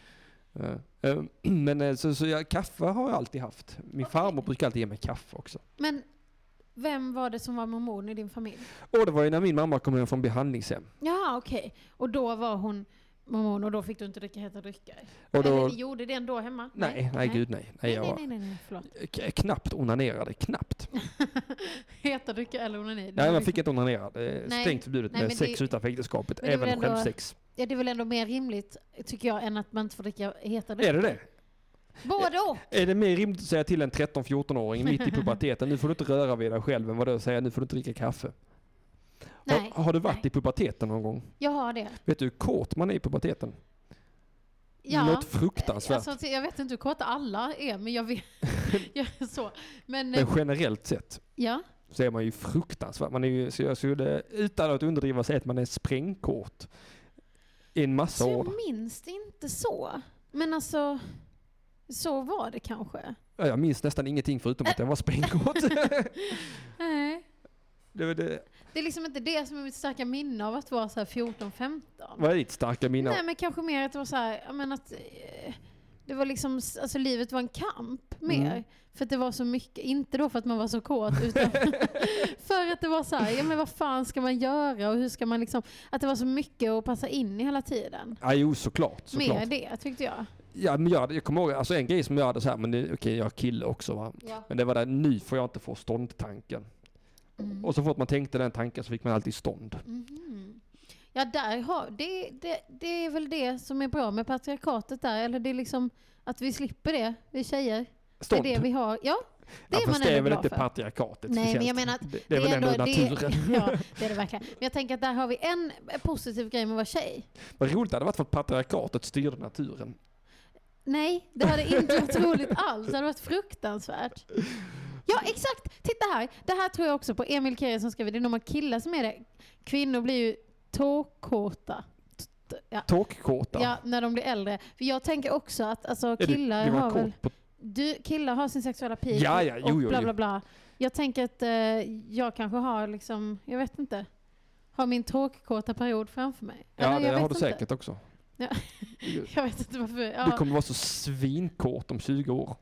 Men kaffe har jag alltid haft. Min farmor brukar alltid ge mig kaffe också. Men vem var det som var mormon i din familj? Och det var ju när min mamma kom hem från behandlingshem. Ja, okej. Och då var hon mormon och då fick du inte dricka heta drycker? Och då, eller gjorde det ändå hemma? Nej, gud nej. Nej, förlåt. Knappt onanerade, knappt. Heta drycker eller onani? Nej, man fick inte onanera. Det är strängt förbjudet med sex utanför äktenskapet, även självsex. Ja, det är väl ändå mer rimligt, tycker jag, än att man inte får dricka heta drycker. Är det det? Både och. Är det mer rimligt att säga till en 13-14-åring mitt i puberteten, nu får du inte röra vid dig själv, än vad det är att säga, nu får du inte dricka kaffe? Nej. Har du varit i puberteten någon gång? Jag har det. Vet du hur kåt man är i puberteten? Ja. Något fruktansvärt. Alltså, jag vet inte hur kåta alla är, men jag vet. Så. Men generellt sett så är man ju fruktansvärt. Man är ju, så jag skulle utan att underdriva säga att man är sprängkåt i en massa år. Jag minns det inte så. Men alltså, så var det kanske. Ja, jag minns nästan ingenting förutom att jag var sprängkåt. Nej. Det är liksom inte det som är mitt starka minne av att vara så här 14-15. Vad är ditt starka minne? Nej, men kanske mer att det var så här, jag menar att det var liksom, alltså livet var en kamp mer. För att det var så mycket, inte då för att man var så kåt, utan för att det var så här, ja men vad fan ska man göra och hur ska man liksom, att det var så mycket att passa in i hela tiden. Ja, jo, såklart. Mer det, tyckte jag. Ja, men jag kommer ihåg, alltså en grej som jag hade så här, men okej, jag är kille också va. Ja. Men det var där, nu får jag inte få ståndtanken. Och så fort man tänkte den tanken så fick man alltid stånd. Ja, det är väl det som är bra med patriarkatet där, eller det är liksom att vi slipper det, vi tjejer. Stånd. Det är det vi har, ja. Det är man det är ändå väl glad inte för. Patriarkatet. Nej, men jag menar att det är väl ändå naturen. Ja, det är det verkligen. Men jag tänker att där har vi en positiv grej med att vara tjej. Vad roligt det hade varit för att patriarkatet styrde naturen. Nej, det hade inte varit roligt alls. Det hade varit fruktansvärt. Ja, exakt. Titta här. Det här tror jag också på. Emil Keri som skrev det. Det är nog killar som är det. Kvinnor blir ju tåkåta. Ja. Tåkkåta? Ja, när de blir äldre. För jag tänker också att alltså, killar har väl... killar har sin sexuella peak och bla bla bla. Jag tänker att jag kanske har liksom, jag vet inte, har min tråkkåta period framför mig. Ja, eller, det har du säkert också. Ja. Jag vet inte varför. Ja. Du kommer vara så svinkåt om 20 år.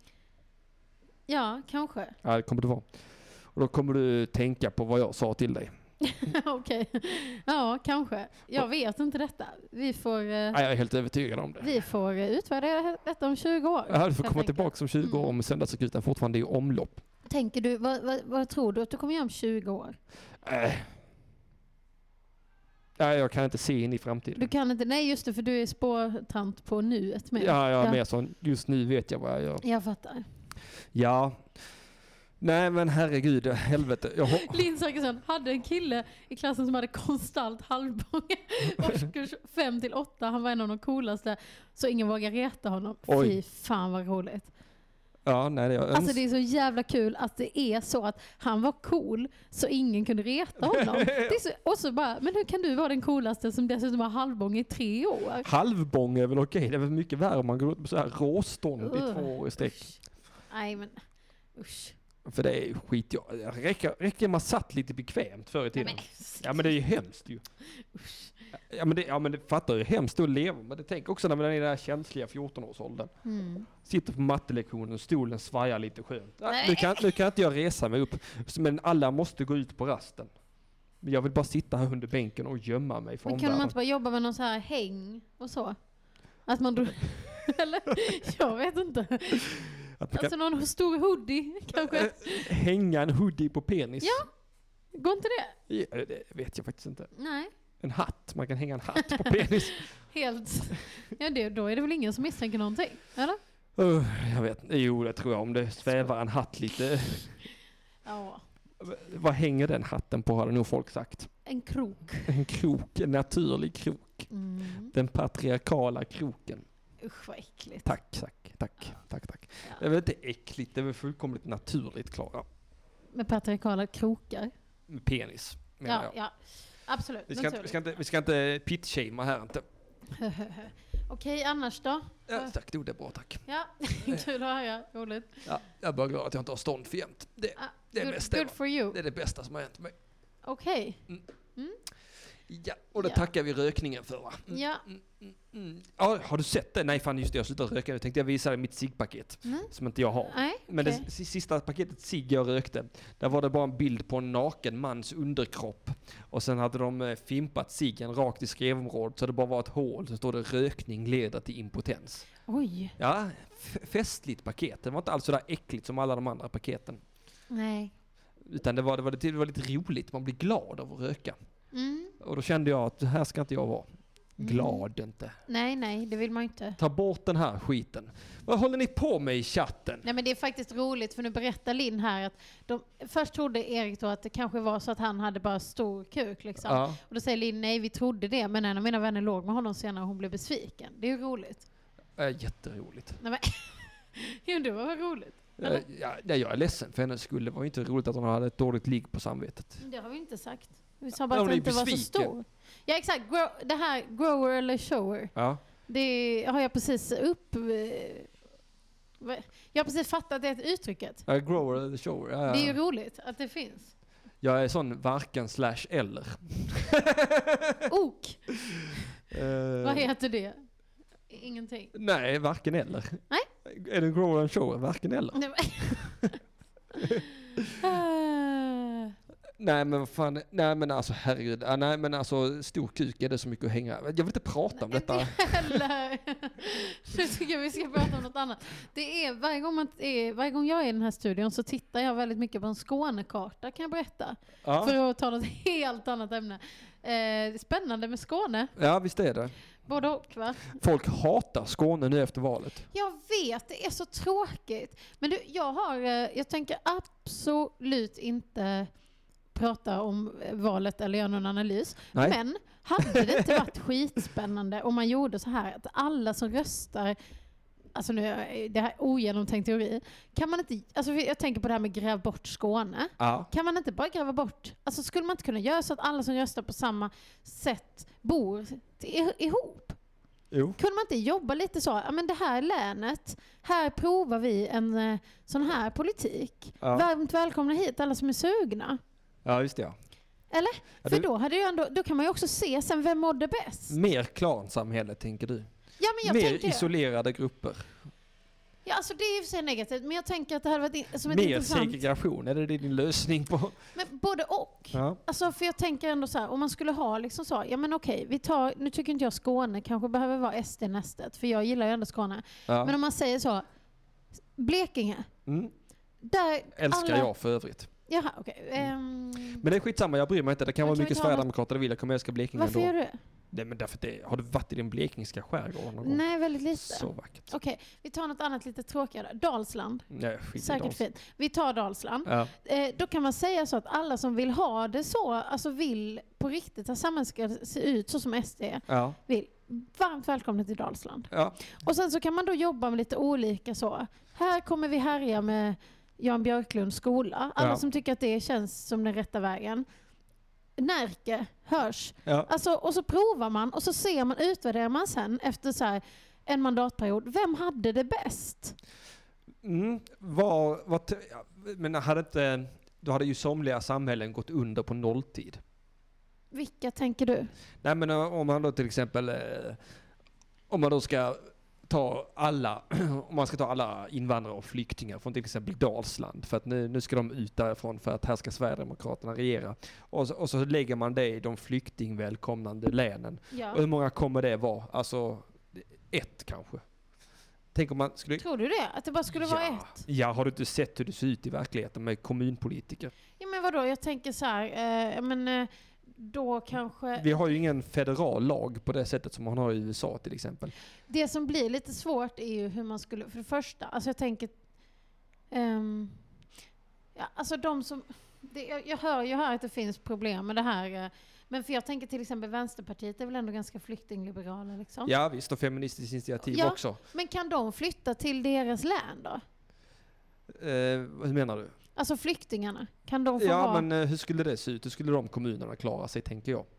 Ja, kanske. Ja, det kommer du vara. Och då kommer du tänka på vad jag sa till dig. Okej. Ja, kanske. Jag vet inte detta. Vi får... jag är helt övertygad om det. Vi får utvärdera detta om 20 år. Ja, du får komma tillbaka om 20 år om söndagsakuten fortfarande är i omlopp. Tänker du, vad tror du att du kommer göra om 20 år? Nej, jag kan inte se in i framtiden. Du kan inte, nej just det, för du är spårtant på nuet med. Ja, jag är mer så. Just nu vet jag vad jag gör. Jag fattar. Ja. Nej men herregud, helvete. Linn Zachrisson hade en kille i klassen som hade konstant halvbåge. Årskurs 5-8. Han var en av de coolaste. Så ingen vågar reta honom. Oj. Fy fan vad roligt. Ja, nej, Alltså det är så jävla kul att det är så att han var cool så ingen kunde reta honom. Det är så, och så bara, men hur kan du vara den coolaste som dessutom var halvbång i 3 år? Halvbång är väl okej. Det är väl mycket värre om man går ut med så här råstånd i 2 år i sträck. Nej men, usch. För det är ju skit. Räcker man satt lite bekvämt förr i tiden. Ja men det är ju hemskt ju. Usch. Ja men det fattar ju hemskt att leva. Men det tänker också när man är i den här känsliga 14-årsåldern. Sitter på mattelektionen och stolen svajar lite skönt. Ja, nu kan inte jag resa mig upp. Men alla måste gå ut på rasten. Men jag vill bara sitta här under bänken och gömma mig från omvärlden. Men kan man inte bara jobba med någon så här häng och så? Att man eller? Jag vet inte. Alltså någon stor hoodie kanske? Hänga en hoodie på penis. Ja, går inte det? Ja, det vet jag faktiskt inte. Nej. En hatt, man kan hänga en hatt på penis. Helt. Ja, då är det väl ingen som misstänker någonting, eller? Jag vet, jo det tror jag, om det svävar en hatt lite. Ja. Vad hänger den hatten på, har det nog folk sagt. En krok. En krok, en naturlig krok. Den patriarkala kroken. Usch vad äckligt. Tack. Ja. Det är väl inte äckligt, det är väl fullkomligt naturligt, Klara. Med patriarkala krokar? Med penis, menar jag. Ja, absolut. Vi ska inte pitch-shamea här inte. Okej, annars då? Ja, tack, det är bra, tack. Ja, kul att höra, roligt. Ja, jag är bara glad att jag inte har stånd för jämt. Det är good for you. Det är det bästa som har hänt mig. Okej. Ja, och det tackar vi rökningen för, va? Ja. Ja, har du sett det? Nej fan, just det, jag slutade röka. Jag tänkte jag visa dig mitt ciggpaket som inte jag har. Nej, men det sista paketet cigg jag rökte, där var det bara en bild på en naken mans underkropp. Och sen hade de fimpat ciggen rakt i skrevområdet så det bara var ett hål. Så står det rökning leder till impotens. Oj. Ja, festligt paket. Det var inte alls så där äckligt som alla de andra paketen. Nej. Utan det var lite roligt. Man blir glad av att röka. Och då kände jag att det här ska inte jag vara. Glad inte. Nej, det vill man inte. Ta bort den här skiten. Vad håller ni på med i chatten? Nej men det är faktiskt roligt för nu berättar Linn här att först trodde Erik då att det kanske var så att han hade bara stor kuk liksom. Ja. Och då säger Linn, nej vi trodde det, men en av mina vänner låg med honom senare och hon blev besviken. Det är ju roligt. Jätteroligt. Nej men, jo det var roligt. Jag är ledsen för hennes skull. Det var inte roligt att hon hade ett dåligt ligg på samvetet. Det har vi inte sagt. Vi sa bara att det inte var så stor. Ja exakt, det här grower eller shower. Ja. Det har jag precis jag har precis fattat det uttrycket. Ja, grower eller shower. Ja. Det är ju roligt att det finns. Jag är sån varken/eller. Ok. Vad heter det? Ingenting. Nej, varken eller. Nej. Är det grower eller shower? Varken eller. Nej men vad fan, nej men alltså herregud, nej men alltså stor kuk är det så mycket att hänga. Jag vill inte prata om detta. Eller, så tycker jag vi ska prata om något annat. Det är varje gång jag är i den här studion så tittar jag väldigt mycket på en Skånekarta kan jag berätta. Ja. För att ta något helt annat ämne. Spännande med Skåne. Ja visst är det. Både och va? Folk hatar Skåne nu efter valet. Jag vet, det är så tråkigt. Men du, jag tänker absolut inte prata om valet eller göra någon analys. Nej. Men hade det inte varit skitspännande om man gjorde så här att alla som röstar, alltså nu det här ogenomtänkt teori, kan man inte, alltså jag tänker på det här med gräv bort Skåne. Ja. Kan man inte bara gräva bort, alltså skulle man inte kunna göra så att alla som röstar på samma sätt bor ihop? Jo. Kunde man inte jobba lite så, ja men det här länet, här provar vi en sån här politik. Ja. Varmt välkomna hit alla som är sugna. Ja, just det. Ja. Eller? Ja, för då kan man ju också se sen vem mådde bäst. Mer klansamhälle, tänker du? Ja, men mer isolerade grupper. Ja, alltså det är ju så negativt. Men jag tänker att det hade varit som ett mer intressant... segregation, är det din lösning på? Men både och. Ja. Alltså för jag tänker ändå så här, om man skulle ha liksom så, ja men okej, nu tycker inte jag Skåne kanske behöver vara SD-nästet. För jag gillar ju ändå Skåne. Ja. Men om man säger så, Blekinge. Där älskar jag för övrigt. Jaha, okej. Men det är skitsamma, jag bryr mig inte. Det kan vara mycket Sverigedemokrater det vill. Jag kommer älska Blekinge ändå. Varför gör du det? Nej, men därför det, har du varit i den blekingska skärgården någon gång? Nej, väldigt lite. Så vackert. Okej, vi tar något annat lite tråkigare. Dalsland. Nej, säkert fint. Vi tar Dalsland. Ja. Då kan man säga så att alla som vill ha det så, alltså vill på riktigt att samhället ska se ut så som SD vill, varmt välkomna till Dalsland. Ja. Och sen så kan man då jobba med lite olika så. Här kommer vi härja med Jan Björklunds skola. Alla som tycker att det känns som den rätta vägen. Närke hörs. Ja. Alltså, och så provar man och så utvärderar man sen efter så här en mandatperiod. Vem hade det bäst? Men då hade ju somliga samhällen gått under på nolltid. Vilka tänker du? Nej, men om man då till exempel, om man då ska ta alla invandrare och flyktingar från till exempel Dalsland, för att nu ska de ut därifrån för att här ska Sverigedemokraterna regera. Och så lägger man det i de flyktingvälkomnande länen. Ja. Och hur många kommer det vara? Alltså, 1 kanske. Tänk om man skulle... Tror du det? Att det bara skulle vara 1? Ja, har du inte sett hur det ser ut i verkligheten med kommunpolitiker? Ja, men vadå? Jag tänker så här, då kanske... Vi har ju ingen federal lag på det sättet som man har i USA till exempel. Det som blir lite svårt är ju hur man skulle... För det första, alltså jag tänker... alltså de som... Jag hör ju här att det finns problem med det här. Men för jag tänker till exempel Vänsterpartiet är väl ändå ganska flyktingliberala liksom. Ja visst, och feministiskt initiativ också. Men kan de flytta till deras län då? Hur menar du? Alltså flyktingarna, kan de få vara... men hur skulle det se ut? Hur skulle de kommunerna klara sig, tänker jag?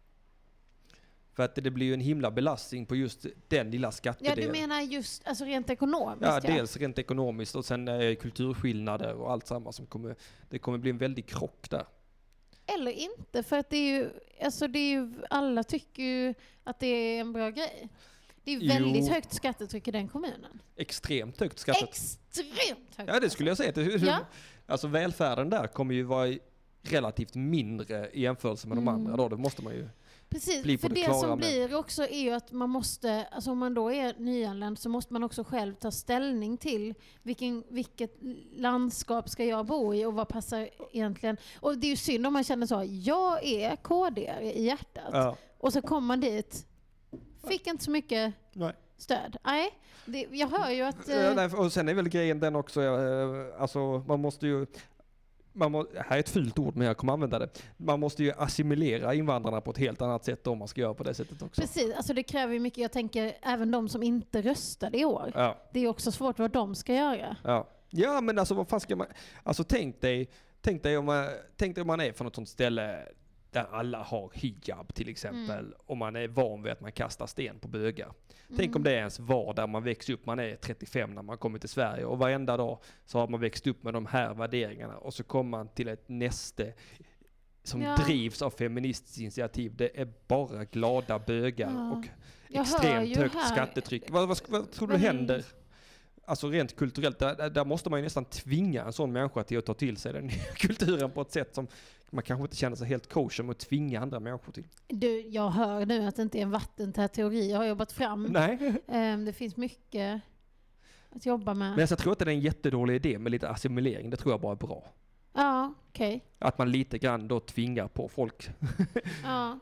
För att det blir ju en himla belastning på just den lilla skattedelen. Ja, du menar just alltså rent ekonomiskt? Ja, dels rent ekonomiskt och sen kulturskillnader och allt samma som det kommer bli en väldig krock där. Eller inte, för att det är ju, alla tycker ju att det är en bra grej. Det är ju väldigt högt skattetryck i den kommunen. Extremt högt skattetryck. Extremt högt! Ja, det skulle jag säga. Alltså välfärden där kommer ju vara relativt mindre i jämförelse med de andra då. Det måste man ju... Precis, för det som blir också är ju att man måste, alltså om man då är nyanländ så måste man också själv ta ställning till vilket landskap ska jag bo i och vad passar egentligen. Och det är ju synd om man känner så, jag är KD i hjärtat. Och så kommer man dit, fick inte så mycket stöd. Nej, jag hör ju att... och sen är väl grejen den också, alltså man måste ju... här är ett fult ord men jag kommer använda det. Man måste ju assimilera invandrarna på ett helt annat sätt om man ska göra på det sättet också. Precis, alltså det kräver ju mycket. Jag tänker även de som inte röstade i år. Ja. Det är också svårt vad de ska göra. Ja men alltså vad fan ska man... Alltså tänk dig om man är från ett sånt ställe där alla har hijab till exempel och man är van vid att man kastar sten på bögar. Tänk om det är ens vardag, man växer upp, man är 35 när man kommer till Sverige och varenda dag så har man växt upp med de här värderingarna och så kommer man till ett näste som drivs av feministiskt initiativ. Det är bara glada bögar och extremt högt skattetryck. Vad tror du händer? Alltså rent kulturellt, där måste man ju nästan tvinga en sån människa till att ta till sig den kulturen på ett sätt som man kanske inte känner sig helt kosher med att tvinga andra människor till. Du, jag hör nu att det inte är en vattentät teori jag har jobbat fram. Nej. Det finns mycket att jobba med. Men jag tror att det är en jättedålig idé med lite assimilering. Det tror jag bara är bra. Ja, okej. Att man lite grann då tvingar på folk. Ja.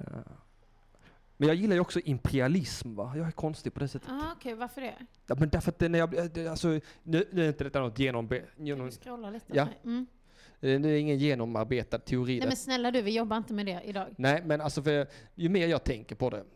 Men jag gillar ju också imperialism, va? Jag är konstig på det sättet. Okej, varför det? Ja, men därför att nu är inte detta något Kan du scrolla lite? Ja. Det är ingen genomarbetad teori. Nej men snälla du, vi jobbar inte med det idag. Nej, men alltså för ju mer jag tänker på det,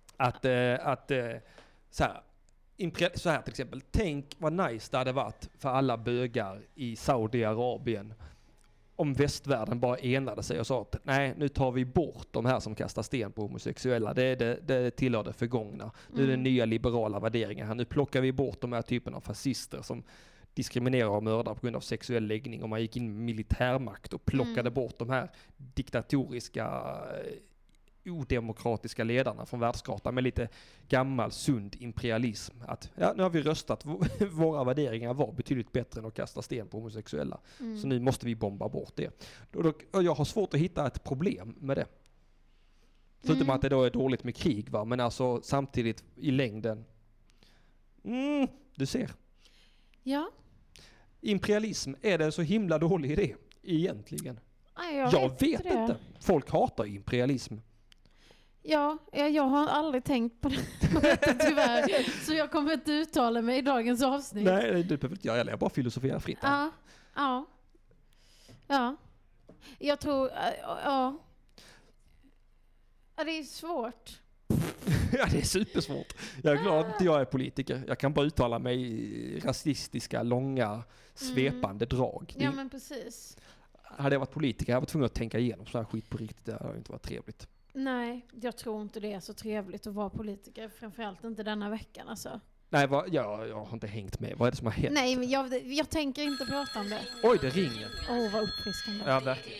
så här till exempel, tänk vad nice det hade varit för alla bögar i Saudiarabien om västvärlden bara enade sig och sa att nej, nu tar vi bort de här som kastar sten på homosexuella. Det tillhör det förgångna. Nu är det nya liberala värderingar här. Nu plockar vi bort de här typen av fascister som diskriminerar och mördar på grund av sexuell läggning, och man gick in med militärmakt och plockade bort de här diktatoriska odemokratiska ledarna från världskartan med lite gammal sund imperialism. Att nu har vi röstat, våra värderingar var betydligt bättre än att kasta sten på homosexuella. Så nu måste vi bomba bort det. Och jag har svårt att hitta ett problem med det. Förutom att det då är dåligt med krig, va? Men alltså samtidigt i längden. Du ser. Ja. Imperialism, är det en så himla dålig idé egentligen? Jag vet inte. Folk hatar imperialism. Ja, jag har aldrig tänkt på det tyvärr. Så jag kommer inte uttala mig i dagens avsnitt. Nej, du behöver inte göra det. Jag bara filosoferar fritt. Ja. Jag tror, ja. Det är svårt. Ja, det är supersvårt. Jag är glad att inte jag är politiker. Jag kan bara uttala mig i rasistiska, långa, svepande drag. Ja, men precis. Hade jag varit politiker hade jag varit tvungen att tänka igenom så här skit på riktigt. Det hade inte varit trevligt. Nej, jag tror inte det är så trevligt att vara politiker. Framförallt inte denna veckan alltså. Nej, jag har inte hängt med. Vad är det som har hänt? Nej, men jag tänker inte prata om det. Oj, det ringer. Vad uppfriskande. Ja, verkligen.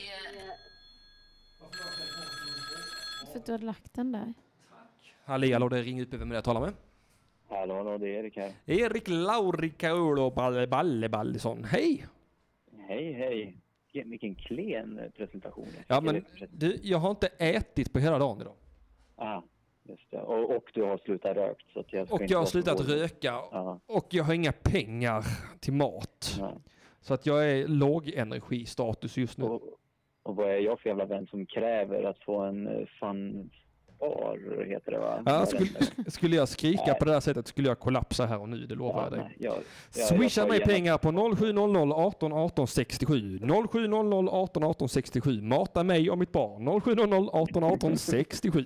För att du hade lagt den där. Hallå, det ringer ut. Vem är det jag talar med? Hallå, det är Erik här. Erik Laurikaolo Ballesson. Hej! Hej. Vilken klen presentation. Ja, men du, jag har inte ätit på hela dagen idag. Just det. Och du har slutat rökt. Så att jag har slutat röka. Ja. Och jag har inga pengar till mat. Ja. Så att jag är låg energistatus just nu. Och vad är jag för jävla vän som kräver att få en fanfar, heter det va? Ja, skulle jag skrika på det här sättet skulle jag kollapsa här och nu, det lovar jag dig. Swisha mig pengar på 0700 18 18 67. 0700 18 18 67. Mata mig och mitt barn. 0700 18 18 67.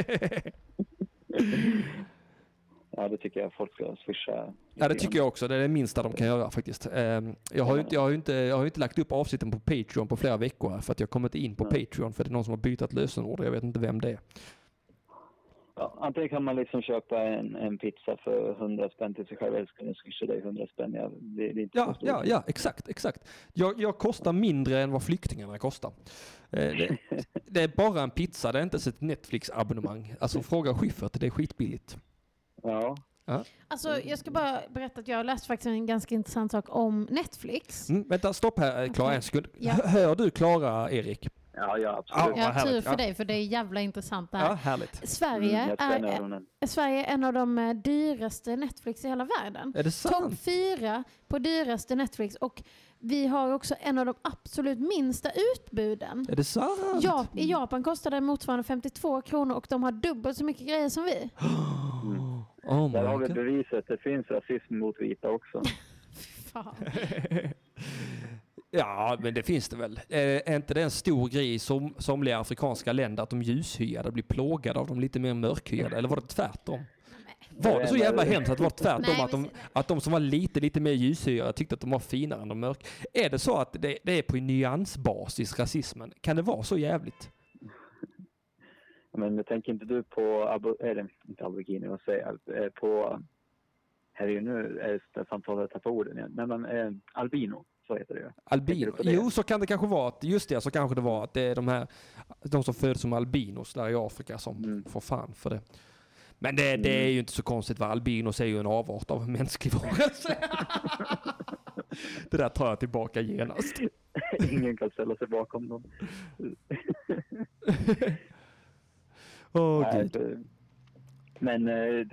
Ja, det tycker jag folk ska swisha. Ja, det tycker jag också. Det är det minsta de kan göra faktiskt. Jag har ju inte lagt upp avsnitten på Patreon på flera veckor här för att jag kommit in på Patreon för det är någon som har bytt lösenord. Jag vet inte vem det är. Ja, antingen kan man liksom köpa en pizza för 100 spänn till sig själv eller ska man swisha dig 100 spänn. Det är inte ja, exakt. Jag kostar mindre än vad flyktingarna kostar. Det är bara en pizza, det är inte ens ett Netflix-abonnemang. Alltså fråga Schyffert, det är skitbilligt. Ja. Alltså jag ska bara berätta att jag läste faktiskt en ganska intressant sak om Netflix. Vänta, stopp här Klara en sekund. Ja. Hör du Klara, Erik? Ja, absolut. Ja, tur för dig, för det är jävla intressant det här. Ja, härligt. Sverige är en av de dyraste Netflix i hela världen. Är det sant? Topp 4 på dyraste Netflix och vi har också en av de absolut minsta utbuden. Är det sant? Ja, i Japan kostar det motsvarande 52 kronor och de har dubbelt så mycket grejer som vi. Där har vi beviset. Det finns rasism mot vita också. Fan. Ja, men det finns det väl. Är inte det en stor grej i somliga afrikanska länder att de ljushyade blir plågade av de lite mer mörkhyade? Eller var det tvärtom? Var det så jävla hemskt att det var tvärtom? Att de som var lite mer ljushyade tyckte att de var finare än de mörk? Är det så att det är på nyansbasis rasismen? Kan det vara så jävligt? Men tänker inte du på inte aboriginer, vad säger jag? På nu är det samtalet på orden igen. Men albino, så heter det. Albino. Jo, så kan det kanske vara att så kanske det var att det är de som föds som albinos där i Afrika som får fan för det. Men det är ju inte så konstigt, va? Albinos är ju en avart av mänsklig varelse. Det där tar jag tillbaka genast. Ingen kan ställa sig bakom dem. Gud. Men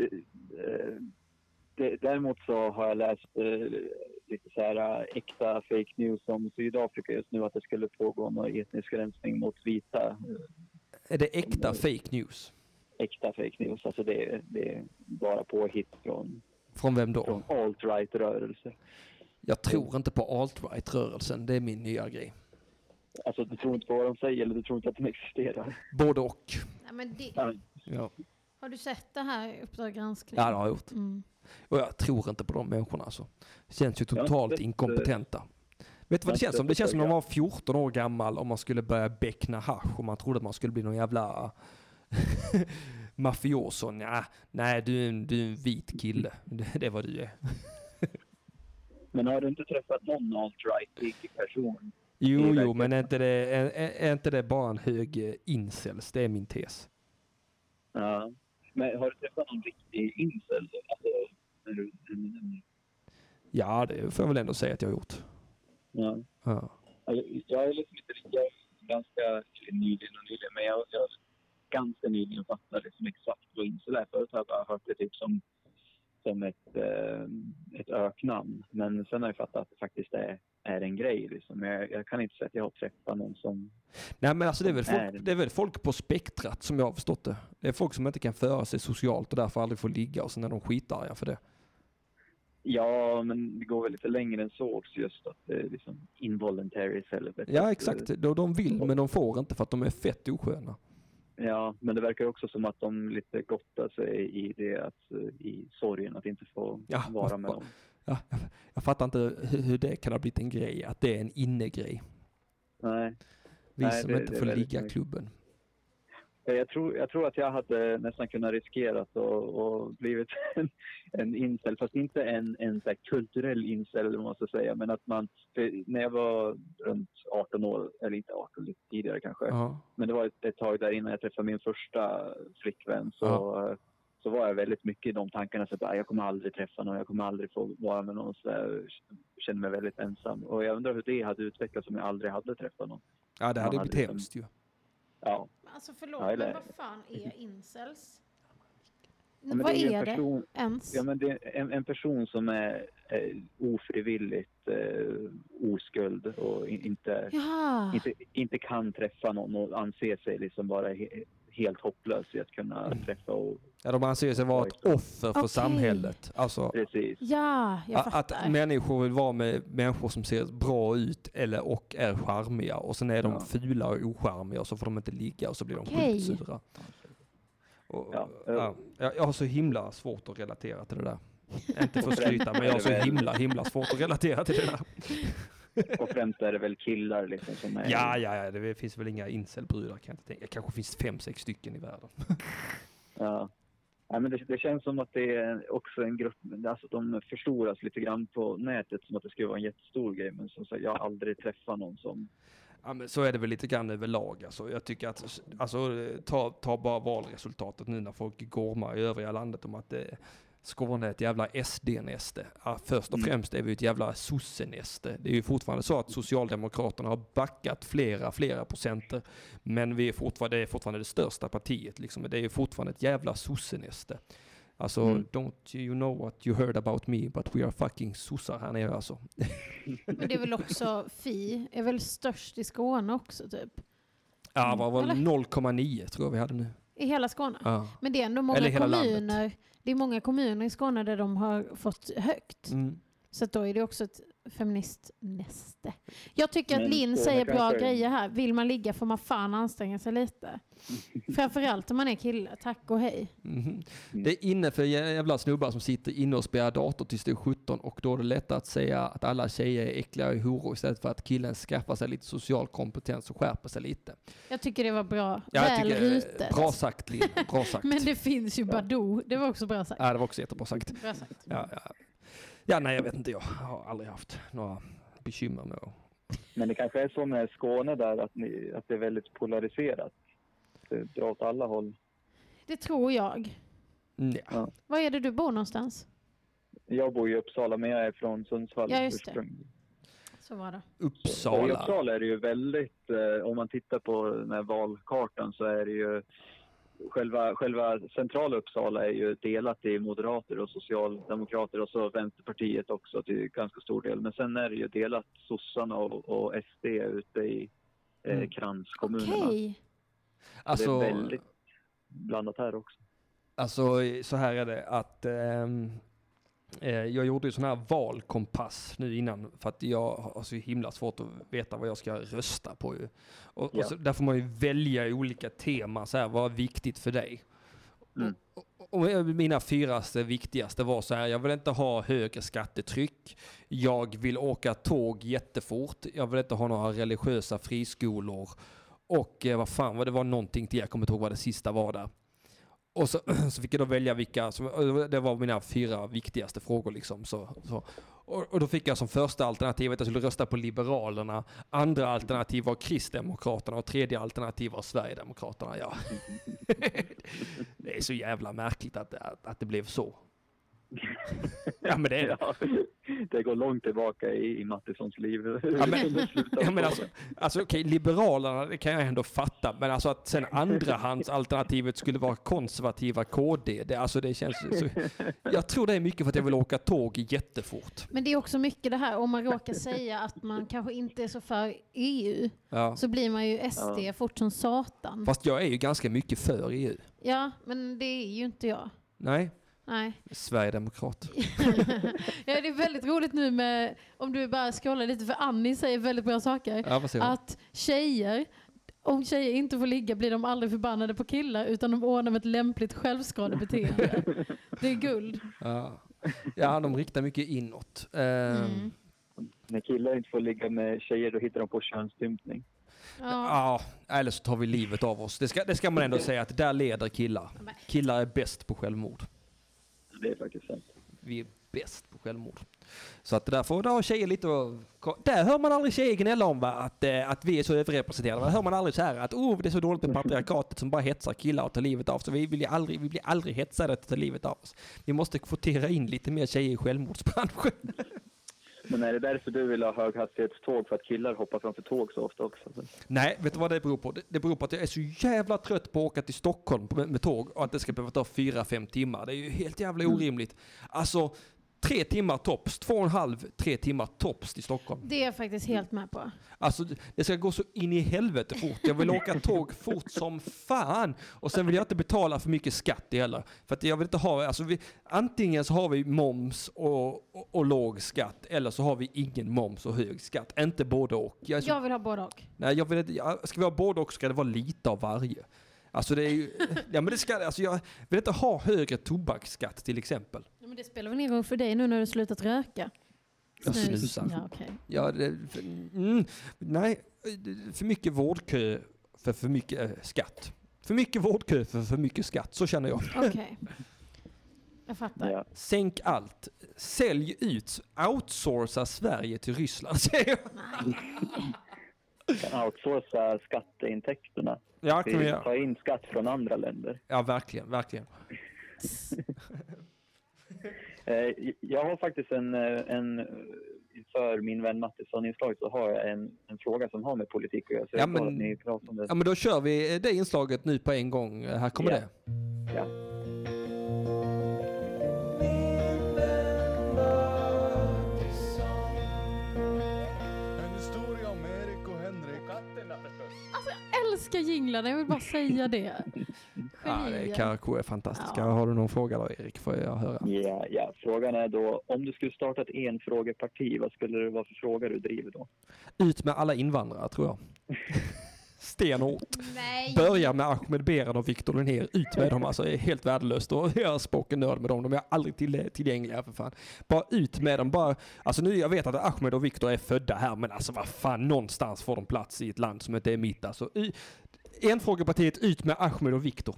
däremot så har jag läst lite så här äkta fake news om Sydafrika just nu, att det skulle pågå någon etnisk rensning mot vita. Är det äkta fake news? Äkta fake news, alltså det är bara påhitt från vem då? Från alt-right-rörelser. Jag tror inte på alt-right-rörelsen, det är min nya grej. Alltså du tror inte på vad de säger eller du tror inte att de existerar? Både och. Nej, men Ja. Har du sett det här Uppdrag granskning? Ja, det har jag gjort. Och jag tror inte på de människorna alltså. Det känns ju totalt inkompetenta. Vet du vad det känns som? Det känns som när man var 14 år gammal och man skulle börja beckna hasch och man trodde att man skulle bli någon jävla mafioso. Nej, du är en vit kille. Det är vad du är. Men har du inte träffat någon alt-right person? Jo, men är inte det bara en hög incels? Det är min tes. Ja. Men har du träffat någon riktig incel? Alltså, Ja, det får jag väl ändå säga att jag har gjort. Ja. Jag är liksom inte ganska nyligen, men jag ganska nyligen fattade liksom exakt vad incel är. Förut har jag hört det typ som ett öknamn. Men sen har jag fattat att det faktiskt är en grej. Liksom. Jag kan inte säga att jag har träffat någon som... Nej, men alltså det är väl folk på spektrat som jag har förstått det. Det är folk som inte kan föra sig socialt och därför aldrig får ligga och sen är de skitarga för det. Ja, men det går väl lite längre än så också, just att det är liksom involuntary celibate. Ja, exakt. De vill, men de får inte för att de är fett osköna. Ja, men det verkar också som att de lite gottar sig i det, i sorgen att inte få vara med dem. Ja, jag fattar inte hur det kan ha blivit en grej, att det är en innegrej. Nej. Vi som inte får ligga klubben. Jag tror att jag hade nästan kunnat riskera och blivit en incel, fast inte en så här kulturell incel, om man ska säga, men att när jag var runt 18 år, eller inte 18, lite tidigare kanske, men det var ett tag där innan jag träffade min första flickvän, så var jag väldigt mycket i de tankarna, så att jag kommer aldrig träffa någon, jag kommer aldrig få vara med någon, så jag kände mig väldigt ensam, och jag undrar hur det hade utvecklats om jag aldrig hade träffat någon. Ja, det hade blivit hemskt ju. Ja. Alltså förlåt, men vad fan är incels? Ja, vad är det ens? Ja, men det är en person som är ofrivilligt oskuld och inte kan träffa någon och anser sig liksom bara helt hopplös i att kunna träffa. Ja, de anser sig vara ett offer för samhället. Alltså, precis. Ja, jag fattar. Att människor vill vara med människor som ser bra ut och är charmiga, och sen är de fula och ocharmiga, och så får de inte ligga, och så blir de skitsura. Jag har så himla svårt att relatera till det där. Inte för att skryta, men jag har så himla svårt att relatera till det där. Och främst är det väl killar liksom som är... Ja, det finns väl inga incelbrudar, kan jag inte tänka. Kanske finns 5-6 stycken i världen. Ja, men det känns som att det är också en grupp, alltså de förstoras lite grann på nätet som att det skulle vara en jättestor grej, men som sagt, jag har aldrig träffat någon som... Ja, men så är det väl lite grann överlag. Alltså, jag tycker att, ta bara valresultatet nu när folk gormar i övriga landet om att Skåne är ett jävla SD-näste. Ja, först och främst är vi ett jävla sossenäste. Det är ju fortfarande så att Socialdemokraterna har backat flera procenter, men det är fortfarande det största partiet. Liksom. Det är ju fortfarande ett jävla sossenäste. Alltså, don't you know what you heard about me, but we are fucking sossar här nere alltså. Men det är väl också Fi är väl störst i Skåne också typ? Ja, var 0,9 tror jag vi hade nu. I hela Skåne? Ja. Men det är ändå många kommuner. Det är många kommuner i Skåne där de har fått högt. Så då är det också ett feministnäste. Jag tycker att Linn säger bra grejer här. Vill man ligga får man fan anstränga sig lite. Framförallt om man är kille. Tack och hej. Det är inne för jävla snubbar som sitter inne och spelar dator tills det är 17, och då är det lättare att säga att alla tjejer är äckliga och horor istället för att killen skaffar sig lite social kompetens och skärper sig lite. Jag tycker det var bra. Väl rutet. Bra sagt, Linn. Bra sagt. Men det finns ju Badoo. Det var också bra sagt. Ja, det var också jättebra sagt. Bra sagt. Ja, nej, jag vet inte. Jag har aldrig haft några bekymmer med det. Men det kanske är så med Skåne där att det är väldigt polariserat. Det drar åt alla håll. Det tror jag. Ja. Var är det du bor någonstans? Jag bor i Uppsala, men jag är från Sundsvall. Ja, just det. Så var det. Uppsala. I Uppsala är det ju väldigt, om man tittar på den här valkartan så är det ju själva centrala Uppsala är ju delat i moderater och socialdemokrater och så Vänsterpartiet också till ganska stor del. Men sen är det ju delat sossarna och SD ute i kranskommunerna. Okay. Alltså, det är väldigt blandat här också. Alltså så här är det att jag gjorde ju sån här valkompass nu innan för att jag har så himla svårt att veta vad jag ska rösta på. Och så, där får man ju välja olika teman, så här, vad är viktigt för dig? Och mina 4 viktigaste var så här: jag vill inte ha högre skattetryck, jag vill åka tåg jättefort, jag vill inte ha några religiösa friskolor, och det var någonting till, jag kommer inte ihåg vad det sista var där. Och så fick jag då välja vilka, det var mina 4 viktigaste frågor liksom. Och då fick jag som första alternativ att jag skulle rösta på Liberalerna, andra alternativ var Kristdemokraterna och tredje alternativ var Sverigedemokraterna. Ja. Det är så jävla märkligt att det blev så. Ja, men det det går långt tillbaka i Mattissons liv. Men alltså okej, Liberalerna, det kan jag ändå fatta, men alltså att sen andrahandsalternativet skulle vara konservativa KD, det känns så, jag tror det är mycket för att jag vill åka tåg jättefort. Men det är också mycket det här, om man råkar säga att man kanske inte är så för EU, så blir man ju SD fort som satan. Fast jag är ju ganska mycket för EU. Ja, men det är ju inte jag. Nej. Nej. Sverigedemokrat. Ja, det är väldigt roligt nu med, om du bara scrollar lite, för Annie säger väldigt bra saker. Ja, att tjejer, Om tjejer inte får ligga blir de aldrig förbannade på killar utan de ordnar med ett lämpligt självskadebeteende. Det är guld. Ja, de riktar mycket inåt. När killar inte får ligga med tjejer, då hittar de på könsstympning. Ja, eller så tar vi livet av oss. Det ska man ändå säga att där leder killar. Killar är bäst på självmord. Det är faktiskt sant. Vi är bäst på självmord. Så att där har tjejer lite där hör man aldrig tjejer gnälla om att vi är så överrepresenterade. Där hör man aldrig så här att det är så dåligt med patriarkatet som bara hetsar killar och tar livet av. Så vi blir aldrig hetsade att ta livet av oss. Vi måste kvotera in lite mer tjejer i självmordsbranschen. Men är det därför du vill ha höghastighetståg, för att killar hoppar framför tåg så ofta också? Nej, vet du vad det beror på? Det beror på att jag är så jävla trött på att åka till Stockholm med tåg och att det ska behöva ta 4-5 timmar. Det är ju helt jävla orimligt. Alltså 3 timmar tops, 2,5-3 timmar tops till Stockholm. Det är jag faktiskt helt med på. Alltså det ska gå så in i helvete fort. Jag vill åka tåg fort som fan. Och sen vill jag inte betala för mycket skatt heller. För att jag vill inte ha, alltså antingen så har vi moms och låg skatt, eller så har vi ingen moms och hög skatt. Inte både och. Jag vill ha både och. Nej, ska vi ha både och ska det vara lite av varje. Alltså det är ju, ja men det ska, alltså jag vill inte ha högre tobaksskatt till exempel. Ja, men det spelar väl ingen gång för dig nu när du slutat röka? Jag snusar. Ja, okay. Ja, nej, för mycket vårdkö för mycket skatt. För mycket vårdkö för mycket skatt, så känner jag. Okej. Jag fattar. Ja. Sänk allt. Sälj ut. Outsourca Sverige till Ryssland, säger jag. Kan outsourca skatteintäkterna. Ja, kan vi göra. Ta in skatt från andra länder. Ja, verkligen, verkligen. Jag har faktiskt för min vän Mattisson-inslag så har jag en fråga som har med politik att göra. Så jag att ni pratar om det. Ja, men då kör vi det inslaget nu på en gång. Här kommer det. Ja. Jag älskar jinglarna, jag vill bara säga det. Ja, det är fantastiskt. Ja. Har du någon fråga då, Erik? Får jag höra? Ja. Frågan är då, om du skulle starta ett enfrågeparti, vad skulle det vara för fråga du driver då? Ut med alla invandrare, tror jag. Stenhårt. Nej. Börja med Ahmed Beran och Victor Linnér. Ut med dem, alltså. Det är helt värdelöst. Och jag har spoken nörd med dem. De är aldrig tillgängliga, för fan. Bara ut med dem. Bara, alltså nu, jag vet att Ahmed och Victor är födda här, men alltså vad fan, någonstans får de plats i ett land som inte är mitt. Alltså, enfrågepartiet, ut med Ahmed och Victor.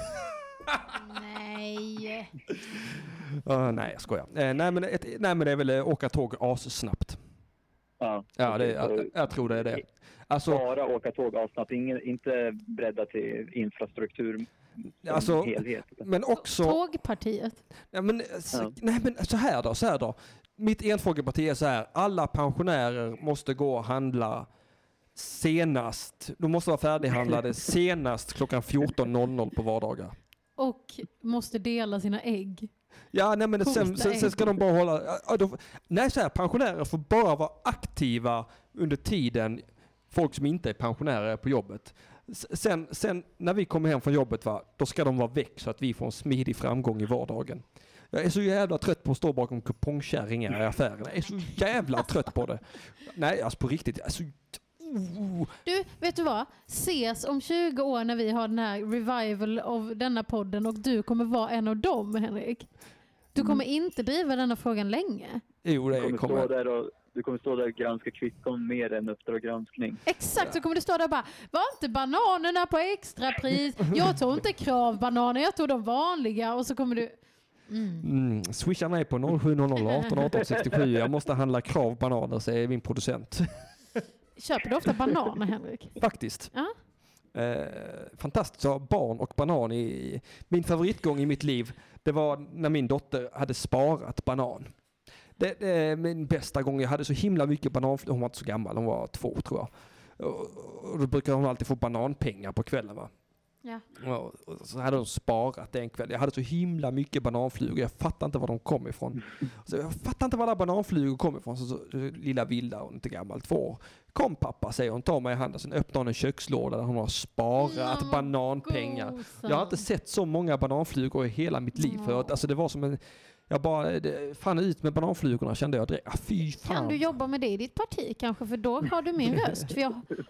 Nej. Nej, jag skojar. Nej, men det är väl åka tåg snabbt. Ja, jag tror det är det. Alltså, bara åka tåg avsnabbt, inte bredda till infrastruktur alltså, helhet. Men också Tågpartiet. Ja, men, nej, men så här då. Mitt enfrågeparti är så här: alla pensionärer måste gå och handla senast. De måste vara färdighandlade senast klockan 14.00 på vardagar. Och måste dela sina ägg. Ja, nej, men sen ska de bara hålla. Nej, så här, pensionärer får bara vara aktiva under tiden folk som inte är pensionärer är på jobbet. Sen när vi kommer hem från jobbet, då ska de vara väck så att vi får en smidig framgång i vardagen. Jag är så jävla trött på att stå bakom kupongkärringar i affären. Jag är så jävla trött på det. Nej, alltså på riktigt. Alltså, Du, vet du vad? Ses om 20 år när vi har den här revival av denna podden och du kommer vara en av dem, Henrik. Du kommer inte driva denna frågan länge. Jo, det kommer. Du kommer stå där och granska kvitton mer än Uppdrag granskning. Exakt, så kommer du stå där och bara, var inte bananerna på extrapris? Jag tog inte kravbananer, jag tog de vanliga. Och så kommer du... Swisha mig på 0700 18 18 67. Jag måste handla kravbananer, säger min producent. Köper du ofta bananer, Henrik? Faktiskt. Ja. Fantastiskt, så barn och banan i min favoritgång i mitt liv. Det var när min dotter hade sparat banan. Det är min bästa gång. Jag hade så himla mycket bananflugor. Hon var inte så gammal, hon var 2 tror jag. Och då brukar hon alltid få bananpengar på kvällen, va? Ja. Och så hade hon sparat en kväll. Jag hade så himla mycket bananflugor. Jag fattar inte var de kom ifrån. Så jag fattar inte var alla bananflugor kom ifrån. Så lilla Vilda, hon är inte gammal, 2 år. Kom pappa, säger hon, tar mig i handen. Sen öppnar hon en kökslåda där hon har sparat bananpengar. Gosan. Jag har inte sett så många bananflugor i hela mitt liv förut. Alltså det var som en... fan ut med bananflugorna, kände jag direkt. Fy fan. Kan du jobba med det i ditt parti kanske? För då har du min röst. För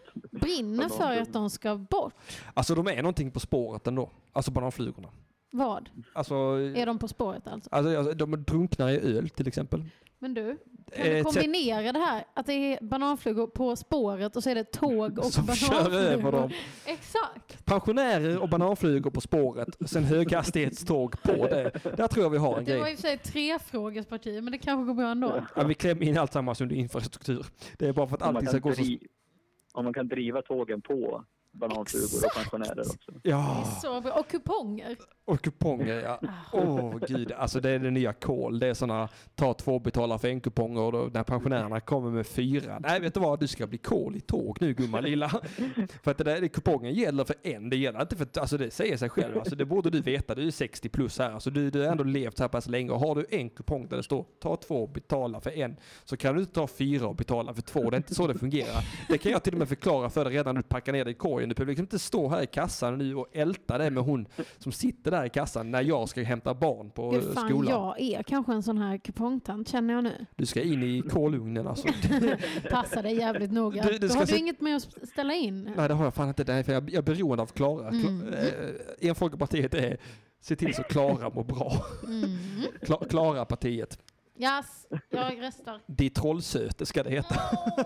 brinner för att de ska bort. Alltså de är någonting på spåret ändå. Alltså bananflugorna. Vad? Alltså, är de på spåret alltså? Alltså de drunknar i öl till exempel. Men du, kan du kombinera det här? Att det är bananflugor på spåret och så är det tåg och som bananflugor. Kör över dem. Exakt. Pensionärer och bananflugor på spåret. Sen höghastighetståg på det. Där tror jag vi har en grej. Det var i och för sig 3-frågesparti, men det kanske går bra ändå. Ja, vi klämmer in allt sammans under infrastruktur. Det är bara för att allting ska gå så... Om man kan driva tågen på bananflugor och pensionärer också. Ja. Det är så bra. Och kuponger. Och kuponger, ja. Gud. Alltså det är det nya kol. Det är såna, ta 2 betalar för en kuponger och då, när pensionärerna kommer med 4. Nej, vet du vad? Du ska bli kol i tåg nu, gumman lilla. För att det kupongen gäller för en. Det gäller inte för, alltså det säger sig själv. Alltså det borde du veta. Du är 60 plus här. Alltså du har ändå levt här pass länge. Och har du en kupong där det står ta 2 betala för en, så kan du inte ta 4 och betala för 2. Det är inte så det fungerar. Det kan jag till och med förklara för dig redan när du packar ner dig i korgen. Du behöver liksom inte stå här i kassan nu och älta det med hon som sitter där i kassan när jag ska hämta barn på skolan. Jag är kanske en sån här kupongtant, känner jag nu. Du ska in i kolugnen alltså. Passar dig jävligt noga. Har du inget med att ställa in? Nej, det har jag fan inte. För jag är beroende av Klara. Enfrågepartiet är se till så Klara mår bra. Klara-partiet. Yes, jag röstar. Det är trollsöte ska det heta.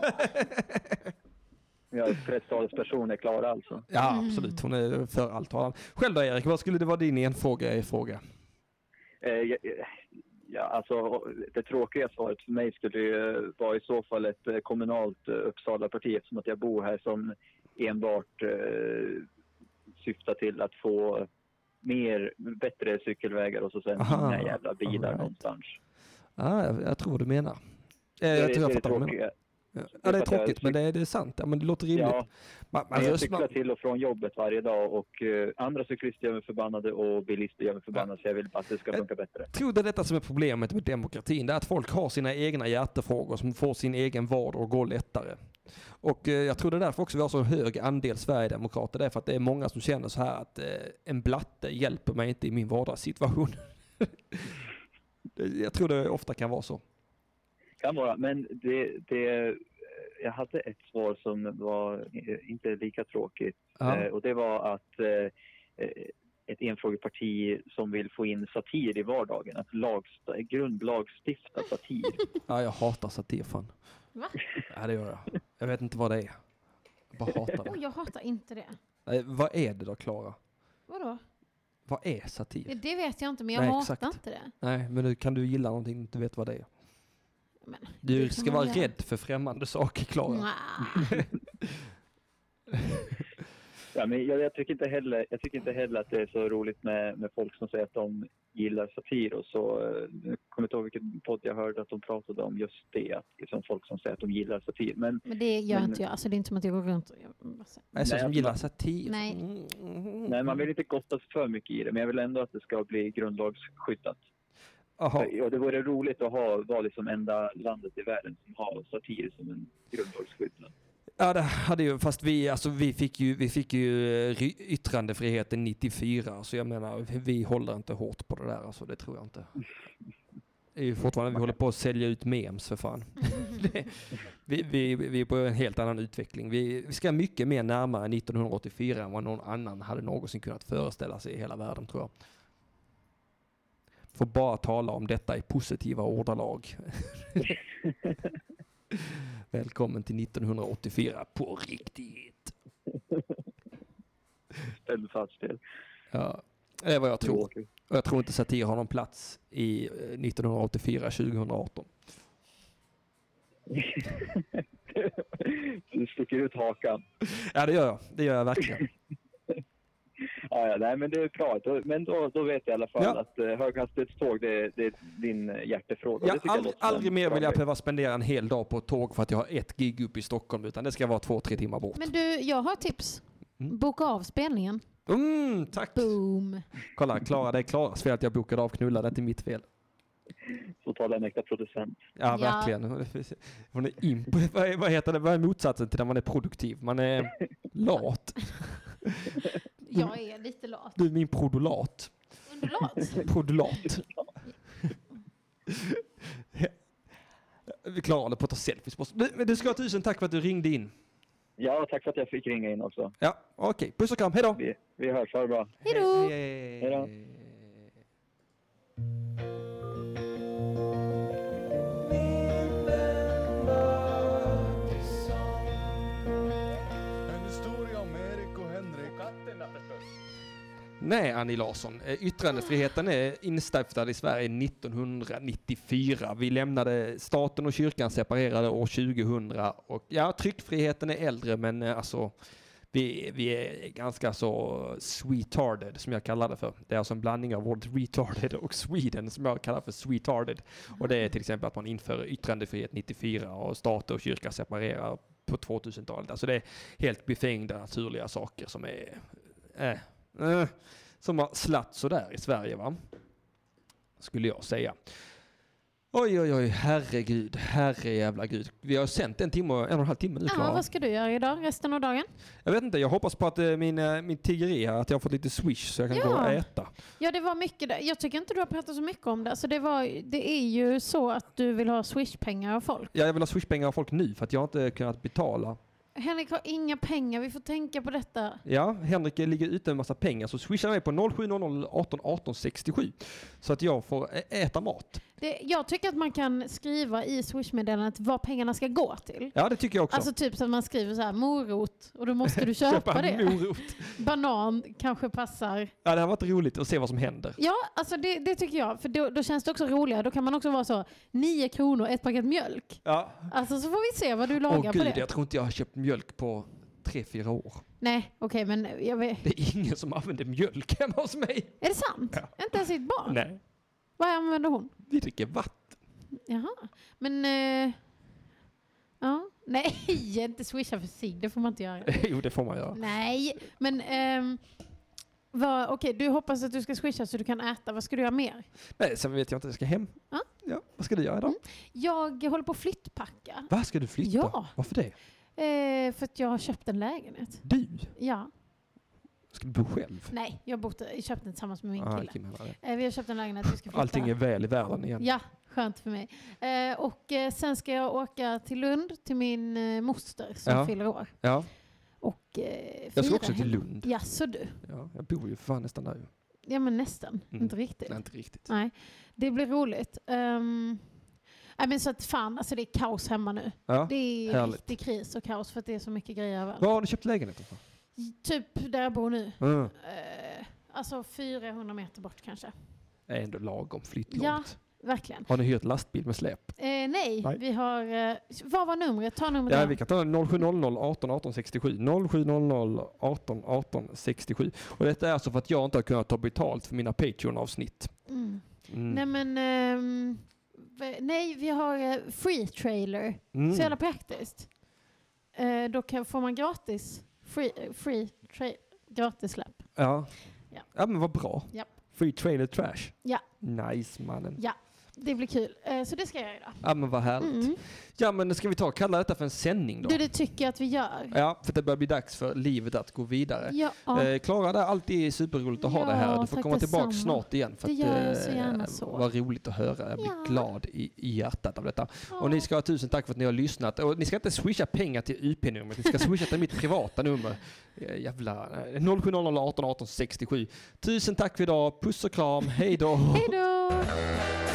Ja, presstalesperson är Klara alltså. Ja, absolut. Hon är för allt. Själv då, Erik, vad skulle det vara din enfråga? Ja, alltså det tråkiga svaret för mig skulle ju vara i så fall ett kommunalt Uppsala-parti, eftersom att jag bor här, som enbart syftar till att få bättre cykelvägar och så sen inga jävla bilar någonstans. Ja, jag tror du menar. Jag tror jag fattar vad du menar. Ja, det är tråkigt, men det är sant. Ja, men det låter rimligt. Ja, jag cyklar till och från jobbet varje dag och andra cyklister gör mig förbannade och bilister gör mig förbannade, så jag vill bara att det ska funka bättre. Jag tror det är detta som är problemet med demokratin. Det är att folk har sina egna hjärtefrågor som får sin egen vardag att gå lättare. Och jag tror det är därför också vi har så hög andel Sverigedemokrater. Det är för att det är många som känner så här att en blatte hjälper mig inte i min vardagssituation. Jag tror det ofta kan vara så. Kan vara, men jag hade ett svar som var inte lika tråkigt. Och det var att ett enfrågeparti som vill få in satir i vardagen, att grundlagstifta satir. Ja, jag hatar satir fan. Va? Ja, det gör jag. Jag vet inte vad det är. Jag bara hatar det. Jag hatar inte det. Nej, vad är det då, Klara? Vadå? Vad är satir? Det vet jag inte, men jag hatar inte det. Nej, men nu kan du gilla någonting du inte vet vad det är. Men, du ska vara rädd för främmande saker, Klara. Ja, men jag tycker inte heller att det är så roligt med folk som säger att de gillar satir. Och så kommer inte ihåg vilken podd jag hörde att de pratade om just det, att liksom folk som säger att de gillar satir. Men det gör inte jag. Alltså det är inte som att jag går runt och som gillar satir. Nej, man vill inte gotta för mycket i det, men jag vill ändå att det ska bli grundlagsskyddat. Aha. Och det vore roligt att vara liksom enda landet i världen som har satir som en grundlagsskyddad. Ja, det hade ju, fast vi fick ju yttrandefriheten 94, så jag menar, vi håller inte hårt på det där, alltså, det tror jag inte. Det är ju fortfarande, vi håller på att sälja ut memes för fan. Vi är på en helt annan utveckling. Vi ska mycket mer närmare 1984 än vad någon annan hade någonsin kunnat föreställa sig i hela världen, tror jag. Får bara tala om detta i positiva ordalag. Välkommen till 1984 på riktigt. Ställ fast det. Ja, det är vad jag tror. Och jag tror inte satir har någon plats i 1984-2018. Du sticker ut hakan. Ja, det gör jag. Det gör jag verkligen. Nej, men det är bra. Men då vet jag i alla fall att höghastighetståg, det är din hjärtefråga. Aldrig mer vill jag behöva spendera en hel dag på ett tåg för att jag har ett gig upp i Stockholm, utan det ska vara 2-3 timmar bort. Men du, jag har tips. Boka av spelningen. Tack. Boom. Kolla, Klara, det är Klaras fel att jag bokade av Knulla, det är inte mitt fel. Så talar en äkta producent. Ja, verkligen. Hon är vad heter det? Vad är motsatsen till när man är produktiv? Man är lat. Jag är lite lat. Du är min produlat. Produlat. Vi klarade på att ta selfies på oss. Men du ska ha 1000 tack för att du ringde in. Ja, tack för att jag fick ringa in också. Ja, okej. Puss och kram. Hej då! Vi hörs. Ha det bra. Hej då! Hej då. Nej, Annie Larsson. Yttrandefriheten är instiftad i Sverige 1994. Vi lämnade staten och kyrkan separerade år 2000. Och ja, tryckfriheten är äldre, men alltså vi är ganska så sweetarded, som jag kallar det för. Det är alltså en blandning av ordet retarded och Sweden, som jag kallar för sweetarded. Och det är till exempel att man inför yttrandefrihet 94 och stat och kyrka separerar på 2000-talet. Alltså det är helt befängda naturliga saker som är som har slatt så där i Sverige, va? Skulle jag säga. Oj, herregud, herrejävla gud. Vi har sänt 1 timme och 1,5 timme nu, Klara. Ja, vad ska du göra idag, resten av dagen? Jag vet inte, jag hoppas på att min tiggeri här, att jag har fått lite swish så jag kan gå och äta. Ja, det var mycket där. Jag tycker inte du har pratat så mycket om det. Alltså det är ju så att du vill ha swishpengar av folk. Ja, jag vill ha swishpengar av folk nu för att jag inte kunnat betala. Henrik har inga pengar, vi får tänka på detta. Ja, Henrik ligger ute med en massa pengar, så swishar mig på 0700 18 18 67 så att jag får äta mat. Jag tycker att man kan skriva i swishmeddelandet vad pengarna ska gå till. Ja, det tycker jag också. Alltså typ så att man skriver så här morot och då måste du köpa det. Morot. Banan kanske passar. Ja, det har varit roligt att se vad som händer. Ja, alltså det tycker jag. För då känns det också roligare. Då kan man också vara så 9 kronor, 1 paket mjölk. Ja. Alltså så får vi se vad du lagar på det. Jag tror inte jag har köpt mjölk på 3-4 år. Nej, okej, men jag vet. Det är ingen som använder mjölk hemma hos mig. Är det sant? Ja. Inte ens sitt barn? Nej. Vad använder hon? Vi dricker vatten. Jaha, men ja, nej, inte swisha för sig, det får man inte göra. Jo, det får man göra. Nej, men okej, du hoppas att du ska swisha så du kan äta. Vad ska du göra mer? Nej, sen vet jag inte, jag ska hem. Ja, vad ska du göra idag? Jag håller på att flyttpacka. Vad ska du flytta? Ja. Varför det? För att jag har köpt en lägenhet. Du? Ja. Ska du bo själv? Nej, jag köpte den tillsammans med min kille. Okay, vi har köpt en lägenhet, vi ska flytta. Allting är väl i världen igen. Ja, skönt för mig. Och sen ska jag åka till Lund till min moster som fyller år. Ja. Och jag ska också till Lund. Ja, så du. Ja, jag bor ju fan nästan där. Ja, men nästan. Inte riktigt. Nej, inte riktigt. Nej, det blir roligt. Men så att fan, alltså det är kaos hemma nu. Ja, det är härligt. Riktig kris och kaos för att det är så mycket grejer överallt. Var har du köpt lägenheten för? Typ där jag bor nu. Alltså 400 meter bort kanske. Det är ändå lagom flyttlångt. Ja, verkligen. Har ni hyrt lastbil med släp? Nej, vi har... vad var numret? Ta numret. Ja, vi kan ta 0700 18 18 67. 0700 18 18 67. Och detta är alltså för att jag inte har kunnat ta betalt för mina Patreon-avsnitt. Nej, men... nej, vi har free trailer. Så jävla praktiskt. Då får man gratis gratis släpp. Ja, men vad bra. Ja. Free trailer trash. Ja. Nice, mannen. Ja, det blir kul. Så det ska jag göra idag. Ja, men vad härligt. Ja, men ska vi kalla detta för en sändning då? Det tycker jag att vi gör. Ja, för det börjar bli dags för livet att gå vidare. Ja. Klara, det är alltid superroligt att ha det här. Du får komma tillbaka snart igen. För det gör jag så gärna så. Vad roligt att höra. Jag blir glad i hjärtat av detta. Och ni ska ha tusen tack för att ni har lyssnat. Och ni ska inte swisha pengar till UP-numret. Ni ska swisha till mitt privata nummer. Jävla 0700 18 18 67. Tusen tack för idag. Puss och kram. Hej då. Hej då.